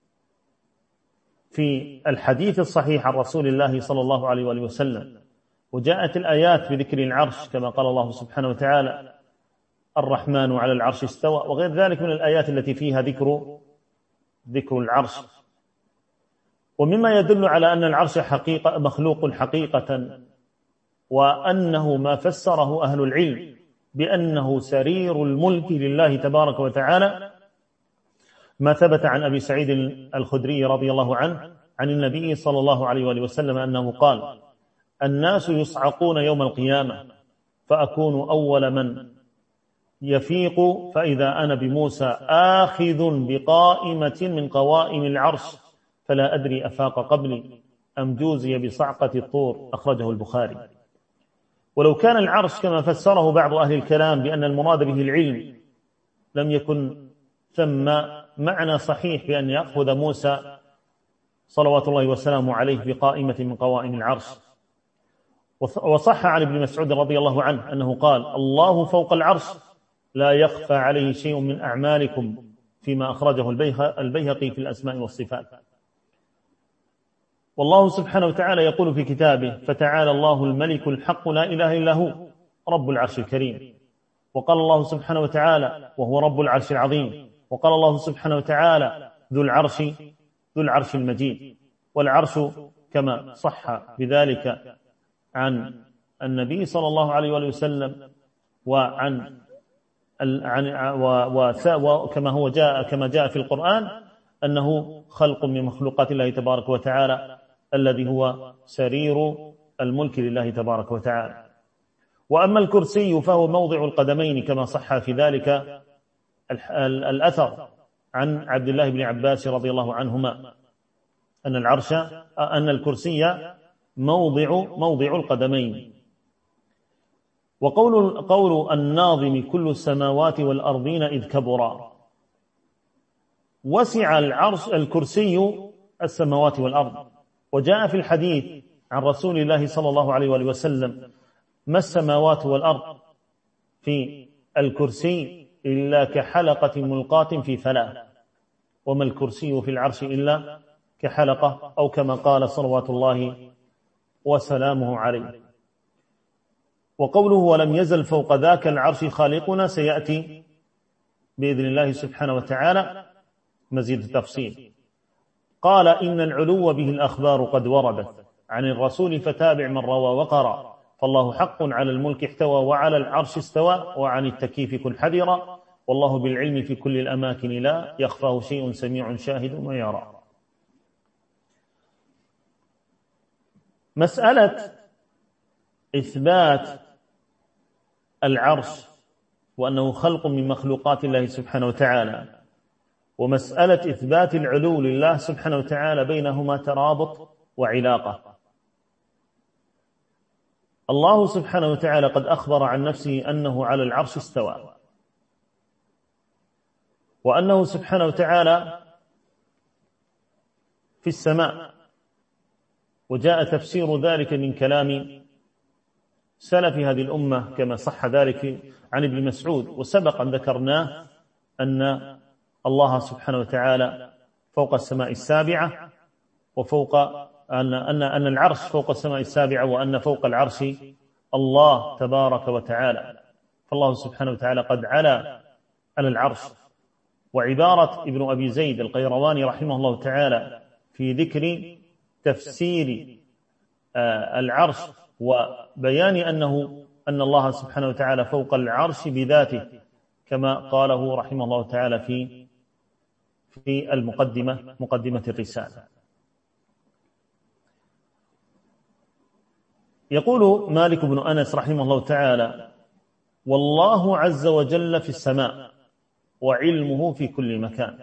S2: في الحديث الصحيح عن رسول الله صلى الله عليه وآله وسلم، وجاءت الآيات بذكر العرش كما قال الله سبحانه وتعالى الرحمن على العرش استوى، وغير ذلك من الآيات التي فيها ذكر العرش. ومما يدل على أن العرش مخلوق حقيقة، وأنه ما فسره أهل العلم بأنه سرير الملك لله تبارك وتعالى ما ثبت عن أبي سعيد الخدري رضي الله عنه عن النبي صلى الله عليه وآله وسلم أنه قال الناس يصعقون يوم القيامة فأكون أول من يفيق، فإذا أنا بموسى آخذ بقائمة من قوائم العرش فلا أدري أفاق قبلي أم جوزي بصعقة الطور. أخرجه البخاري. ولو كان العرش كما فسره بعض أهل الكلام بأن المراد به العلم لم يكن ثم معنى صحيح بأن يأخذ موسى صلوات الله وسلامه عليه بقائمة من قوائم العرش. وصح عن ابن مسعود رضي الله عنه أنه قال: الله فوق العرش لا يخفى عليه شيء من أعمالكم، فيما أخرجه البيهقي في الأسماء والصفات. والله سبحانه وتعالى يقول في كتابه: فتعالى الله الملك الحق لا إله إلا هو رب العرش الكريم. وقال الله سبحانه وتعالى: وهو رب العرش العظيم. وقال الله سبحانه وتعالى: ذو العرش المجيد. والعرش كما صح بذلك عن النبي صلى الله عليه وآله وسلم كما جاء في القرآن أنه خلق من مخلوقات الله تبارك وتعالى الذي هو سرير الملك لله تبارك وتعالى. وأما الكرسي فهو موضع القدمين كما صح في ذلك الأثر عن عبد الله بن عباس رضي الله عنهما أن الكرسي موضع القدمين. وقول الناظم: كل السماوات والأرضين إذ كبرا، وسع الكرسي السماوات والأرض. وجاء في الحديث عن رسول الله صلى الله عليه وآله وسلم: ما السماوات والأرض في الكرسي إلا كحلقة ملقاة في فلاة، وما الكرسي في العرش إلا كحلقة، أو كما قال صلوات الله وسلامه عليه. وقوله: ولم يزل فوق ذاك العرش خالقنا، سيأتي بإذن الله سبحانه وتعالى مزيد التفصيل. قال: إن العلو به الأخبار قد وردت عن الرسول، فتابع من روى وقرأ، فالله حق على الملك احتوى، وعلى العرش استوى، وعن التكييف كن حذرا، والله بالعلم في كل الأماكن لا يخفاه شيء، سميع شاهد ويرى. مسألة إثبات العرش وأنه خلق من مخلوقات الله سبحانه وتعالى، ومسألة إثبات العلو لله سبحانه وتعالى بينهما ترابط وعلاقة. الله سبحانه وتعالى قد أخبر عن نفسه أنه على العرش استوى، وأنه سبحانه وتعالى في السماء، وجاء تفسير ذلك من كلام سلف هذه الأمة كما صح ذلك عن ابن مسعود. وسبق أن ذكرناه أن الله سبحانه وتعالى فوق السماء السابعة، وفوق أن العرش فوق السماء السابعة، وأن فوق العرش الله تبارك وتعالى. فالله سبحانه وتعالى قد علا على العرش. وعبارة ابن أبي زيد القيرواني رحمه الله تعالى في ذكر تفسير العرش وبيان أن الله سبحانه وتعالى فوق العرش بذاته، كما قاله رحمه الله تعالى في مقدمة الرسالة. يقول مالك بن أنس رحمه الله تعالى: والله عز وجل في السماء، وعلمه في كل مكان.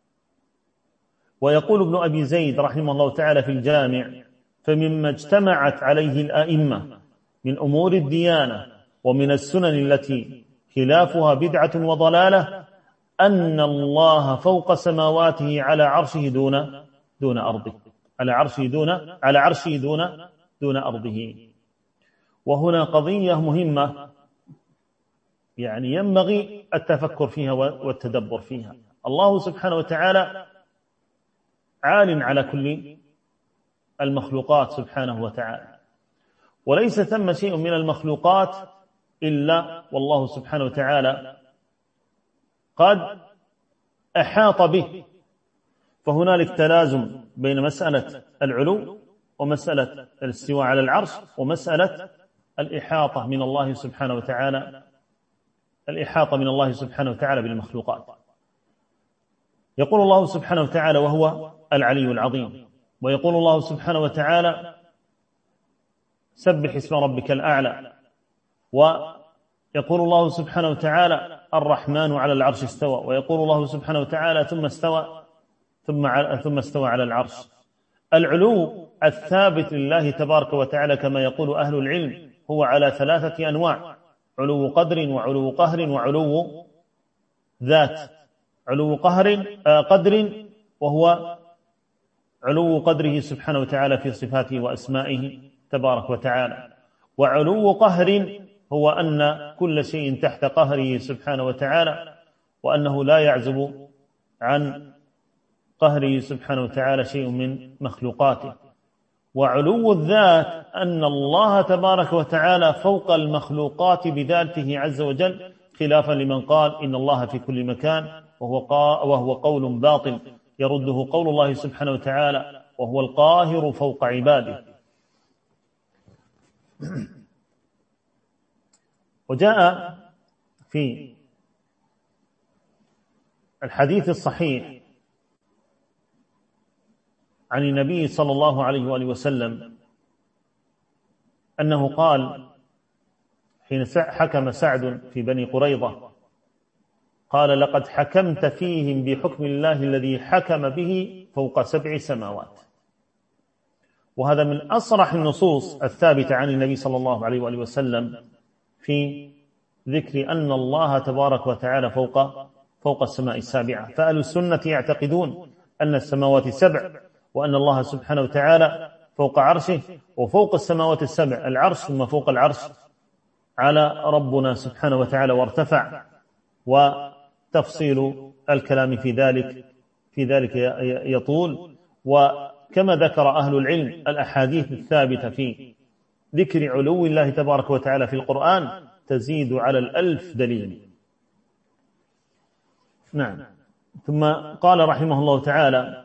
S2: ويقول ابن أبي زيد رحمه الله تعالى في الجامع: فمما اجتمعت عليه الأئمة من أمور الديانة ومن السنن التي خلافها بدعة وضلالة أن الله فوق سماواته على عرشه دون أرضه، على عرشه دون أرضه. وهنا قضية مهمة يعني ينبغي التفكر فيها والتدبر فيها. الله سبحانه وتعالى عال على كل المخلوقات سبحانه وتعالى، وليس ثم شيء من المخلوقات إلا والله سبحانه وتعالى قد أحاط به. فهنالك تلازم بين مسألة العلو ومسألة الاستواء على العرش ومسألة الإحاطة من الله سبحانه وتعالى بالمخلوقات. يقول الله سبحانه وتعالى: وهو العلي العظيم. ويقول الله سبحانه وتعالى: سبح اسم ربك الأعلى. ويقول الله سبحانه وتعالى: الرحمن على العرش استوى. ويقول الله سبحانه وتعالى: ثم استوى على العرش. العلو الثابت لله تبارك وتعالى كما يقول أهل العلم هو على 3 أنواع: علو قدر وعلو قهر وعلو ذات. علو قدر وهو علو قدره سبحانه وتعالى في صفاته وأسمائه تبارك وتعالى. وعلو قهر هو أن كل شيء تحت قهره سبحانه وتعالى، وأنه لا يعزب عن قهره سبحانه وتعالى شيء من مخلوقاته. وعلو الذات أن الله تبارك وتعالى فوق المخلوقات بذاته عز وجل، خلافا لمن قال إن الله في كل مكان، وهو قول باطل يرده قول الله سبحانه وتعالى وهو القاهر فوق عباده. وجاء في الحديث الصحيح عن النبي صلى الله عليه وآله وسلم أنه قال حين حكم سعد في بني قريظة، قال: لقد حكمت فيهم بحكم الله الذي حكم به فوق 7 سماوات. وهذا من أصرح النصوص الثابتة عن النبي صلى الله عليه وآله وسلم في ذكر أن الله تبارك وتعالى فوق السماء السابعة. فأهل السنة يعتقدون أن السماوات 7، وأن الله سبحانه وتعالى فوق عرشه، وفوق السماوات 7 العرش، ثم فوق العرش على ربنا سبحانه وتعالى وارتفع. وتفصيل الكلام في ذلك يطول. وكما ذكر أهل العلم الأحاديث الثابتة في ذكر علو الله تبارك وتعالى في القرآن تزيد على 1000 دليل. نعم. ثم قال رحمه الله تعالى: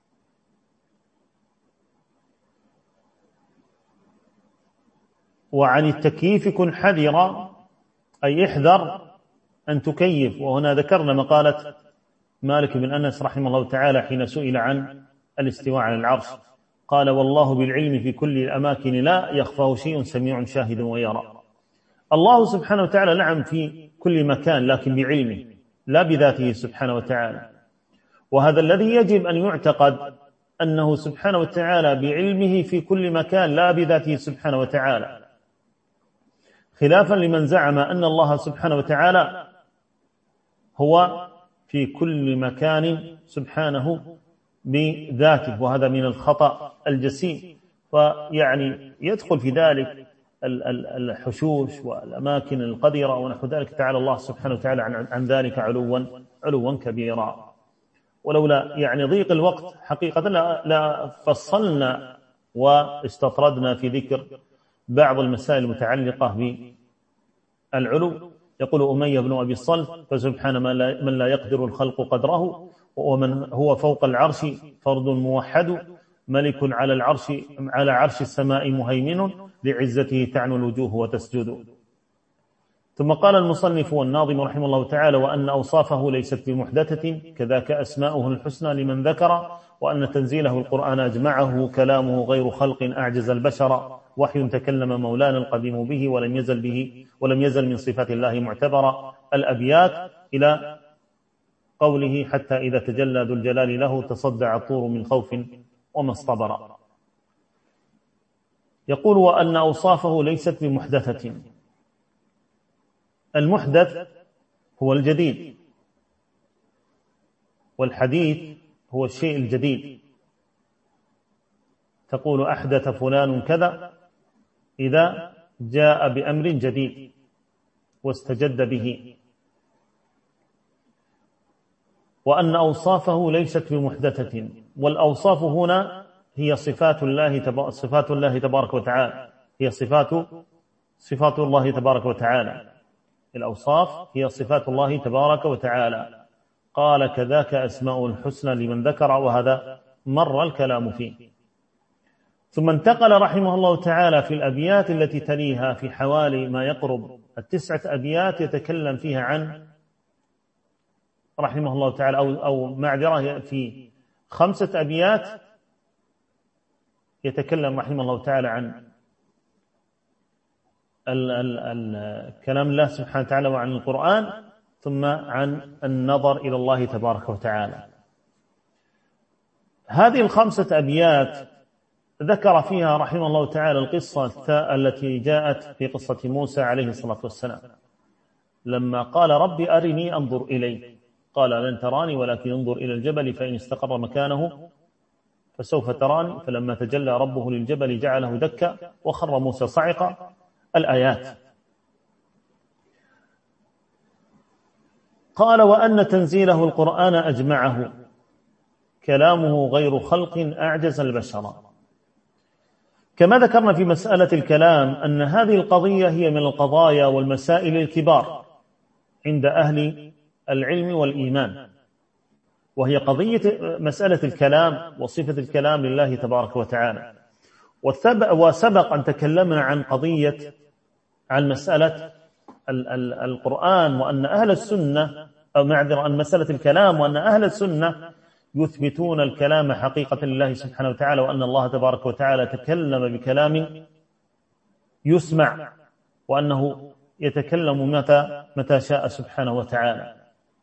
S2: وعن التكييف كن حذرا، أي احذر أن تكيف. وهنا ذكرنا مقالة مالك بن أنس رحمه الله تعالى حين سئل عن الاستواء على العرش، قال: والله بالعلم في كل الأماكن لا يخفاه شيء سميع شاهد ويرى. الله سبحانه وتعالى نعم في كل مكان، لكن بعلمه لا بذاته سبحانه وتعالى. وهذا الذي يجب أن يعتقد، أنه سبحانه وتعالى بعلمه في كل مكان لا بذاته سبحانه وتعالى، خلافا لمن زعم أن الله سبحانه وتعالى هو في كل مكان سبحانه بذاته، وهذا من الخطأ الجسيم. فيعني يدخل في ذلك الحشوش والأماكن القذرة ونحو ذلك. تعالى الله سبحانه وتعالى عن ذلك علوا كبيرا. ولولا يعني ضيق الوقت حقيقة لا فصلنا واستطردنا في ذكر بعض المسائل المتعلقة بالعلو. يقول أمية بن أبي الصلت: فسبحان من لا يقدر الخلق قدره، ومن هو فوق العرش فرد موحد، ملك على عرش السماء مهيمن، لعزته تعنو الوجوه وتسجد. ثم قال المصنف والناظم رحمه الله تعالى: وأن أوصافه ليست بمحدثة، كذاك أسماؤه الحسنى لمن ذكر، وأن تنزيله القرآن أجمعه، كلامه غير خلق أعجز البشر، وحي تكلم مولانا القديم به، ولم يزل من صفات الله معتبرا. الأبيات إلى قوله: حتى إذا تجلى ذو الجلال له، تصدع الطور من خوف وما اصطبر. يقول: وأن أوصافه ليست بمحدثة. المحدث هو الجديد، والحديث هو الشيء الجديد. تقول: أحدث فلان كذا إذا جاء بأمر جديد واستجد به. وأن أوصافه ليست بمحدثة، والأوصاف هنا هي صفات الله تبارك وتعالى، هي صفات الله تبارك وتعالى. الأوصاف هي صفات الله تبارك وتعالى. قال: كذاك أسماء الحسنى لمن ذكر، وهذا مر الكلام فيه. ثم انتقل رحمه الله تعالى في الأبيات التي تليها في حوالي ما يقرب 9 أبيات يتكلم فيها عن رحمه الله تعالى، أو معذرة، في 5 أبيات يتكلم رحمه الله تعالى عن كلام الله سبحانه وتعالى وعن القرآن، ثم عن النظر إلى الله تبارك وتعالى. هذه 5 أبيات ذكر فيها رحمه الله تعالى القصة التي جاءت في قصة موسى عليه الصلاة والسلام لما قال رب أرني أنظر إليك، قال لن تراني ولكن انظر إلى الجبل فإن استقر مكانه فسوف تراني، فلما تجلى ربه للجبل جعله دكا وخر موسى صعقا. الآيات. قال وأن تنزيله القرآن أجمعه كلامه غير خلق أعجز البشر. كما ذكرنا في مسألة الكلام أن هذه القضية هي من القضايا والمسائل الكبار عند أهل العلم والإيمان، وهي قضية مسألة الكلام وصفة الكلام لله تبارك وتعالى. وسبق أن تكلمنا عن مسألة القرآن وأن أهل السنة عن مسألة الكلام وأن أهل السنة يثبتون الكلام حقيقة لله سبحانه وتعالى، وأن الله تبارك وتعالى تكلم بكلام يسمع، وأنه يتكلم متى شاء سبحانه وتعالى.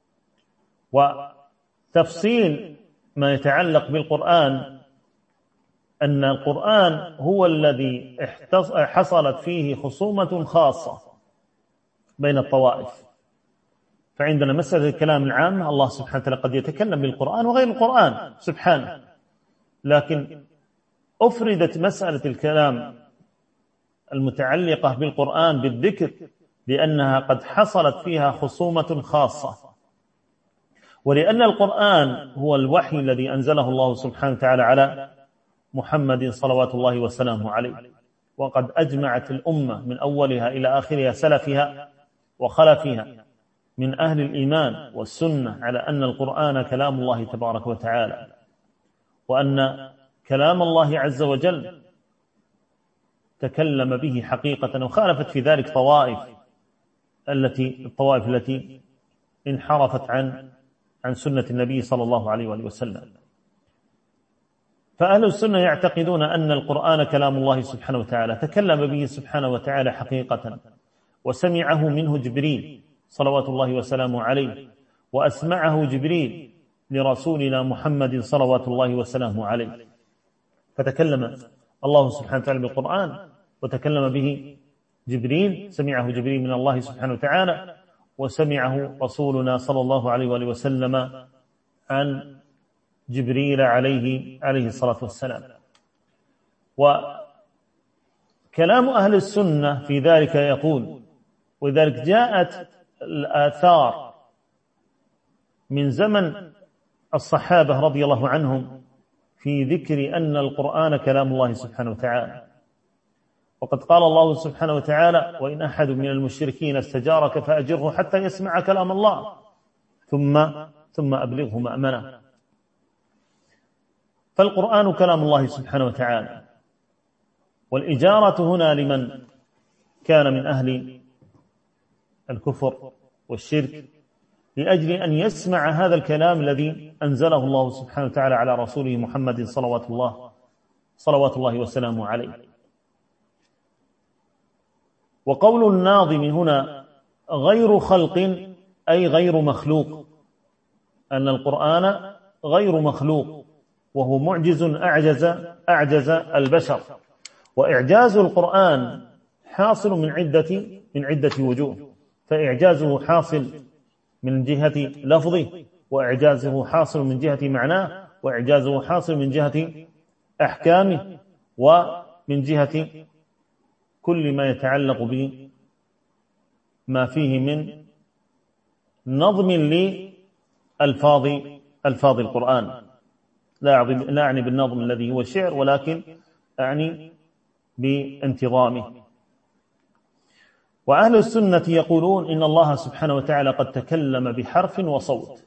S2: وتفصيل ما يتعلق بالقرآن أن القرآن هو الذي حصلت فيه خصومة خاصة بين الطوائف. فعندنا مسألة الكلام العام، الله سبحانه وتعالى قد يتكلم بالقرآن وغير القرآن سبحانه، لكن أفردت مسألة الكلام المتعلقة بالقرآن بالذكر لأنها قد حصلت فيها خصومة خاصة، ولأن القرآن هو الوحي الذي أنزله الله سبحانه وتعالى على محمد صلوات الله وسلامه عليه. وقد أجمعت الأمة من أولها إلى آخرها سلفها وخلفها من أهل الإيمان والسنة على أن القرآن كلام الله تبارك وتعالى، وأن كلام الله عز وجل تكلم به حقيقة، وخالفت في ذلك الطوائف التي انحرفت عن سنة النبي صلى الله عليه وآله وسلم. فأهل السنة يعتقدون أن القرآن كلام الله سبحانه وتعالى تكلم به سبحانه وتعالى حقيقة، وسمعه منه جبريل صلوات الله وسلامه عليه، وأسمعه جبريل لرسولنا محمد صلوات الله وسلامه عليه. فتكلم الله سبحانه وتعالى بالقرآن وتكلم به جبريل، سمعه جبريل من الله سبحانه وتعالى، وسمعه رسولنا صلى الله عليه وآله وسلم عن جبريل عليه الصلاة والسلام. وكلام أهل السنة في ذلك يقول، وذلك جاءت الآثار من زمن الصحابة رضي الله عنهم في ذكر أن القرآن كلام الله سبحانه وتعالى. وقد قال الله سبحانه وتعالى: وإن أحد من المشركين استجارك فأجره حتى يسمع كلام الله ثم أبلغه مأمنه. فالقرآن كلام الله سبحانه وتعالى، والإجارة هنا لمن كان من أهل الكفر والشرك لأجل أن يسمع هذا الكلام الذي أنزله الله سبحانه وتعالى على رسوله محمد صلوات الله وسلامه عليه. وقول الناظم هنا غير خلق أي غير مخلوق، أن القرآن غير مخلوق وهو معجز أعجز البشر. وإعجاز القرآن حاصل من عدة وجوه، فإعجازه حاصل من جهة لفظه، وإعجازه حاصل من جهة معناه، وإعجازه حاصل من جهة أحكامه، ومن جهة كل ما يتعلق بما فيه من نظم لألفاظ القرآن. لا أعني بالنظم الذي هو الشعر، ولكن أعني بانتظامه. وأهل السنة يقولون إن الله سبحانه وتعالى قد تكلم بحرف وصوت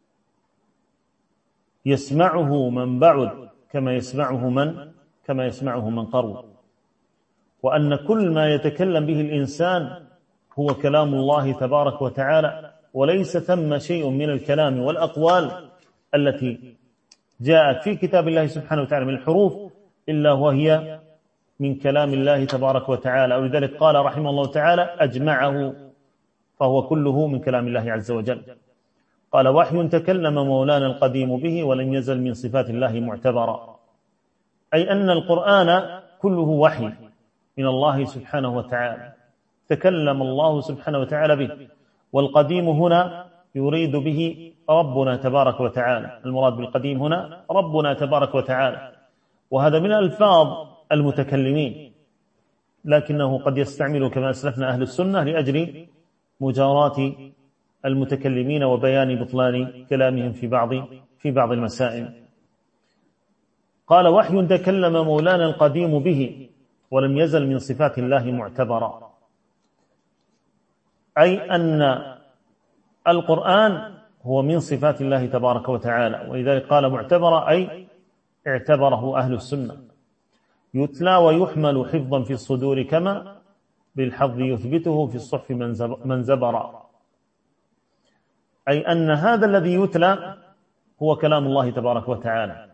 S2: يسمعه من بعد كما يسمعه من قرب، وأن كل ما يتكلم به الإنسان هو كلام الله تبارك وتعالى، وليس ثم شيء من الكلام والأقوال التي جاءت في كتاب الله سبحانه وتعالى من الحروف إلا وهي من كلام الله تبارك وتعالى. ولذلك قال رحمه الله تعالى: أجمعه، فهو كله من كلام الله عز وجل. قال: وحي تكلم مولانا القديم به ولن يزل من صفات الله معتبرا. أي أن القرآن كله وحي من الله سبحانه وتعالى، تكلم الله سبحانه وتعالى به. والقديم هنا يريد به ربنا تبارك وتعالى، المراد بالقديم هنا ربنا تبارك وتعالى، وهذا من ألفاظ المتكلمين، لكنه قد يستعمل كما أسلفنا أهل السنة لأجل مجاراة المتكلمين وبيان بطلان كلامهم في بعض المسائل. قال: وحي تكلم مولانا القديم به ولم يزل من صفات الله معتبرا، أي أن القرآن هو من صفات الله تبارك وتعالى، ولذلك قال معتبرا أي اعتبره أهل السنة، يتلى ويحمل حفظا في الصدور كما بالحظ يثبته في الصحف من زبر، أي أن هذا الذي يتلى هو كلام الله تبارك وتعالى،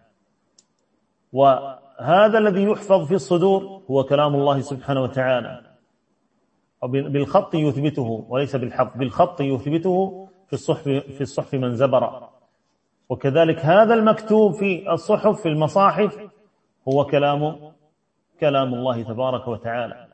S2: وهذا الذي يحفظ في الصدور هو كلام الله سبحانه وتعالى، بالخط يثبته وليس بالحظ، بالخط يثبته في الصحف من زبر. وكذلك هذا المكتوب في الصحف في المصاحف هو كلام الله تبارك وتعالى.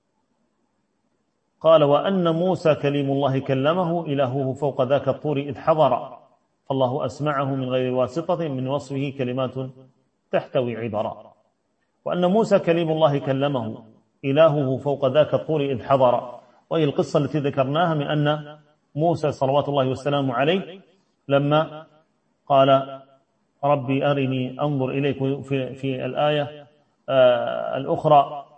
S2: قال: وأن موسى كليم الله كلمه إلهه فوق ذاك الطور إذ حضر، فالله أسمعه من غير واسطة من وصفه كلمات تحتوي عبرا. وأن موسى كليم الله كلمه إلهه فوق ذاك الطور إذ حضر، وهي القصة التي ذكرناها من أن موسى صلوات الله والسلام عليه لما قال: ربي أرني أنظر إليك في الآية الأخرى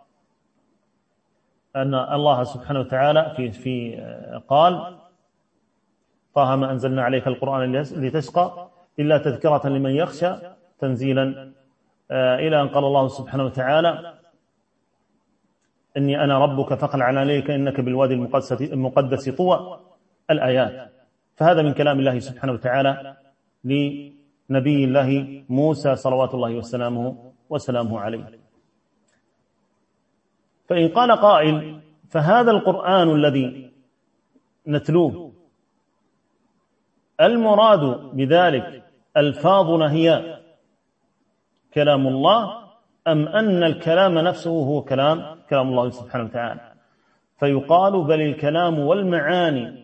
S2: أن الله سبحانه وتعالى قال: طه ما أنزلنا عليك القرآن لتشقى إلا تذكرة لمن يخشى تنزيلا، إلى أن قال الله سبحانه وتعالى: إني أنا ربك فاقلع عليك إنك بالوادي المقدس طوى، الآيات. فهذا من كلام الله سبحانه وتعالى لنبي الله موسى صلوات الله وسلامه عليه. فإن قال قائل: فهذا القرآن الذي نتلوه المراد بذلك ألفاظنا هي كلام الله، أم أن الكلام نفسه هو كلام الله سبحانه وتعالى؟ فيقال: بل الكلام والمعاني،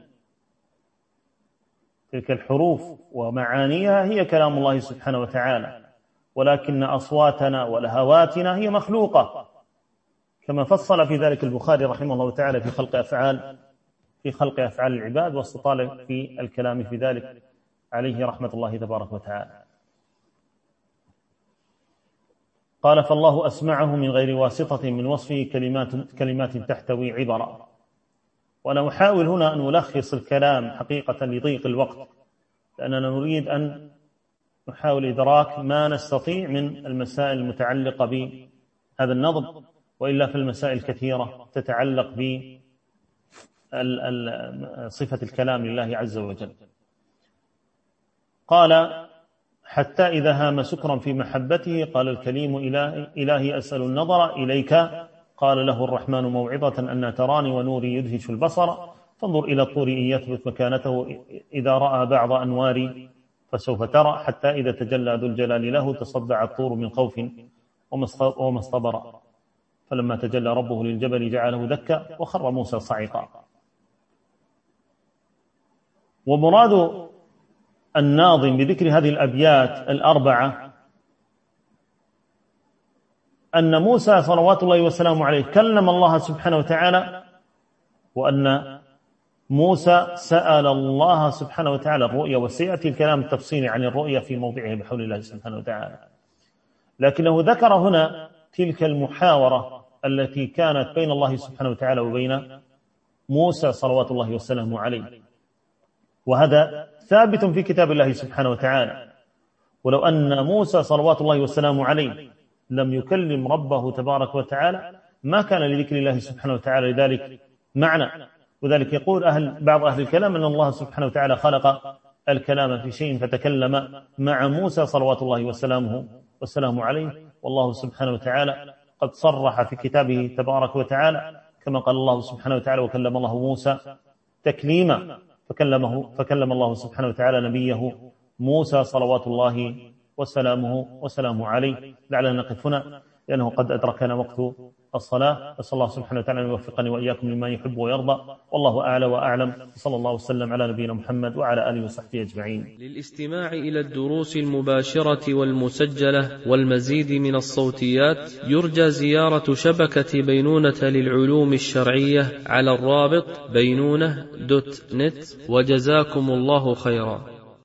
S2: تلك الحروف ومعانيها هي كلام الله سبحانه وتعالى، ولكن أصواتنا ولهواتنا هي مخلوقة، كما فصل في ذلك البخاري رحمه الله تعالى في خلق أفعال العباد، واستطال في الكلام في ذلك عليه رحمة الله تبارك وتعالى. قال: فالله أسمعه من غير واسطة من وصفه كلمات تحتوي عبرا. وأنا أحاول هنا أن ألخص الكلام حقيقة لضيق الوقت، لأننا نريد أن نحاول إدراك ما نستطيع من المسائل المتعلقة بهذا النظم، وإلا في المسائل كثيرة تتعلق بصفة الكلام لله عز وجل. قال: حتى إذا هام سكرا في محبته قال الكليم: إلهي أسأل النظر إليك. قال له الرحمن: موعظة أن تراني ونوري يدهش البصر، فانظر إلى الطور إن يثبت مكانته إذا رأى بعض أنواري فسوف ترى، حتى إذا تجلى ذو الجلال له تصدع الطور من خوف وما اصطبر، فلما تجلى ربه للجبل جعله دكا وخر موسى صعقا. ومراد الناظم بذكر هذه الأبيات الأربعة أن موسى صلوات الله وسلامه عليه كلم الله سبحانه وتعالى، وأن موسى سأل الله سبحانه وتعالى الرؤيا، وسيأتي الكلام التفصيلي عن الرؤيا في موضعه بحول الله سبحانه وتعالى. لكنه ذكر هنا تلك المحاورة التي كانت بين الله سبحانه وتعالى وبين موسى صلوات الله وسلامه عليه، وهذا ثابت في كتاب الله سبحانه وتعالى. ولو أن موسى صلوات الله وسلامه عليه لم يكلم ربه تبارك وتعالى ما كان لذكر الله سبحانه وتعالى لذلك معنى. وذلك يقول بعض أهل الكلام أن الله سبحانه وتعالى خلق الكلام في شيء فتكلم مع موسى صلوات الله وسلامه عليه، والله سبحانه وتعالى قد صرح في كتابه تبارك وتعالى كما قال الله سبحانه وتعالى: وكلم الله موسى تكليما، فكلم الله سبحانه وتعالى نبيه موسى صلوات الله وسلامه عليه. لعلنا نقف هنا لأنه قد أدركنا وقت الصلاة. أسأل الله سبحانه وتعالى أن يوفقني وإياكم لما يحب ويرضى، والله أعلى وأعلم. صلى الله وسلم على نبينا محمد وعلى آله وصحبه أجمعين.
S1: للاستماع إلى الدروس المباشرة والمسجلة والمزيد من الصوتيات يرجى زيارة شبكة بينونة للعلوم الشرعية على الرابط بينونة.net. وجزاكم الله خيرا.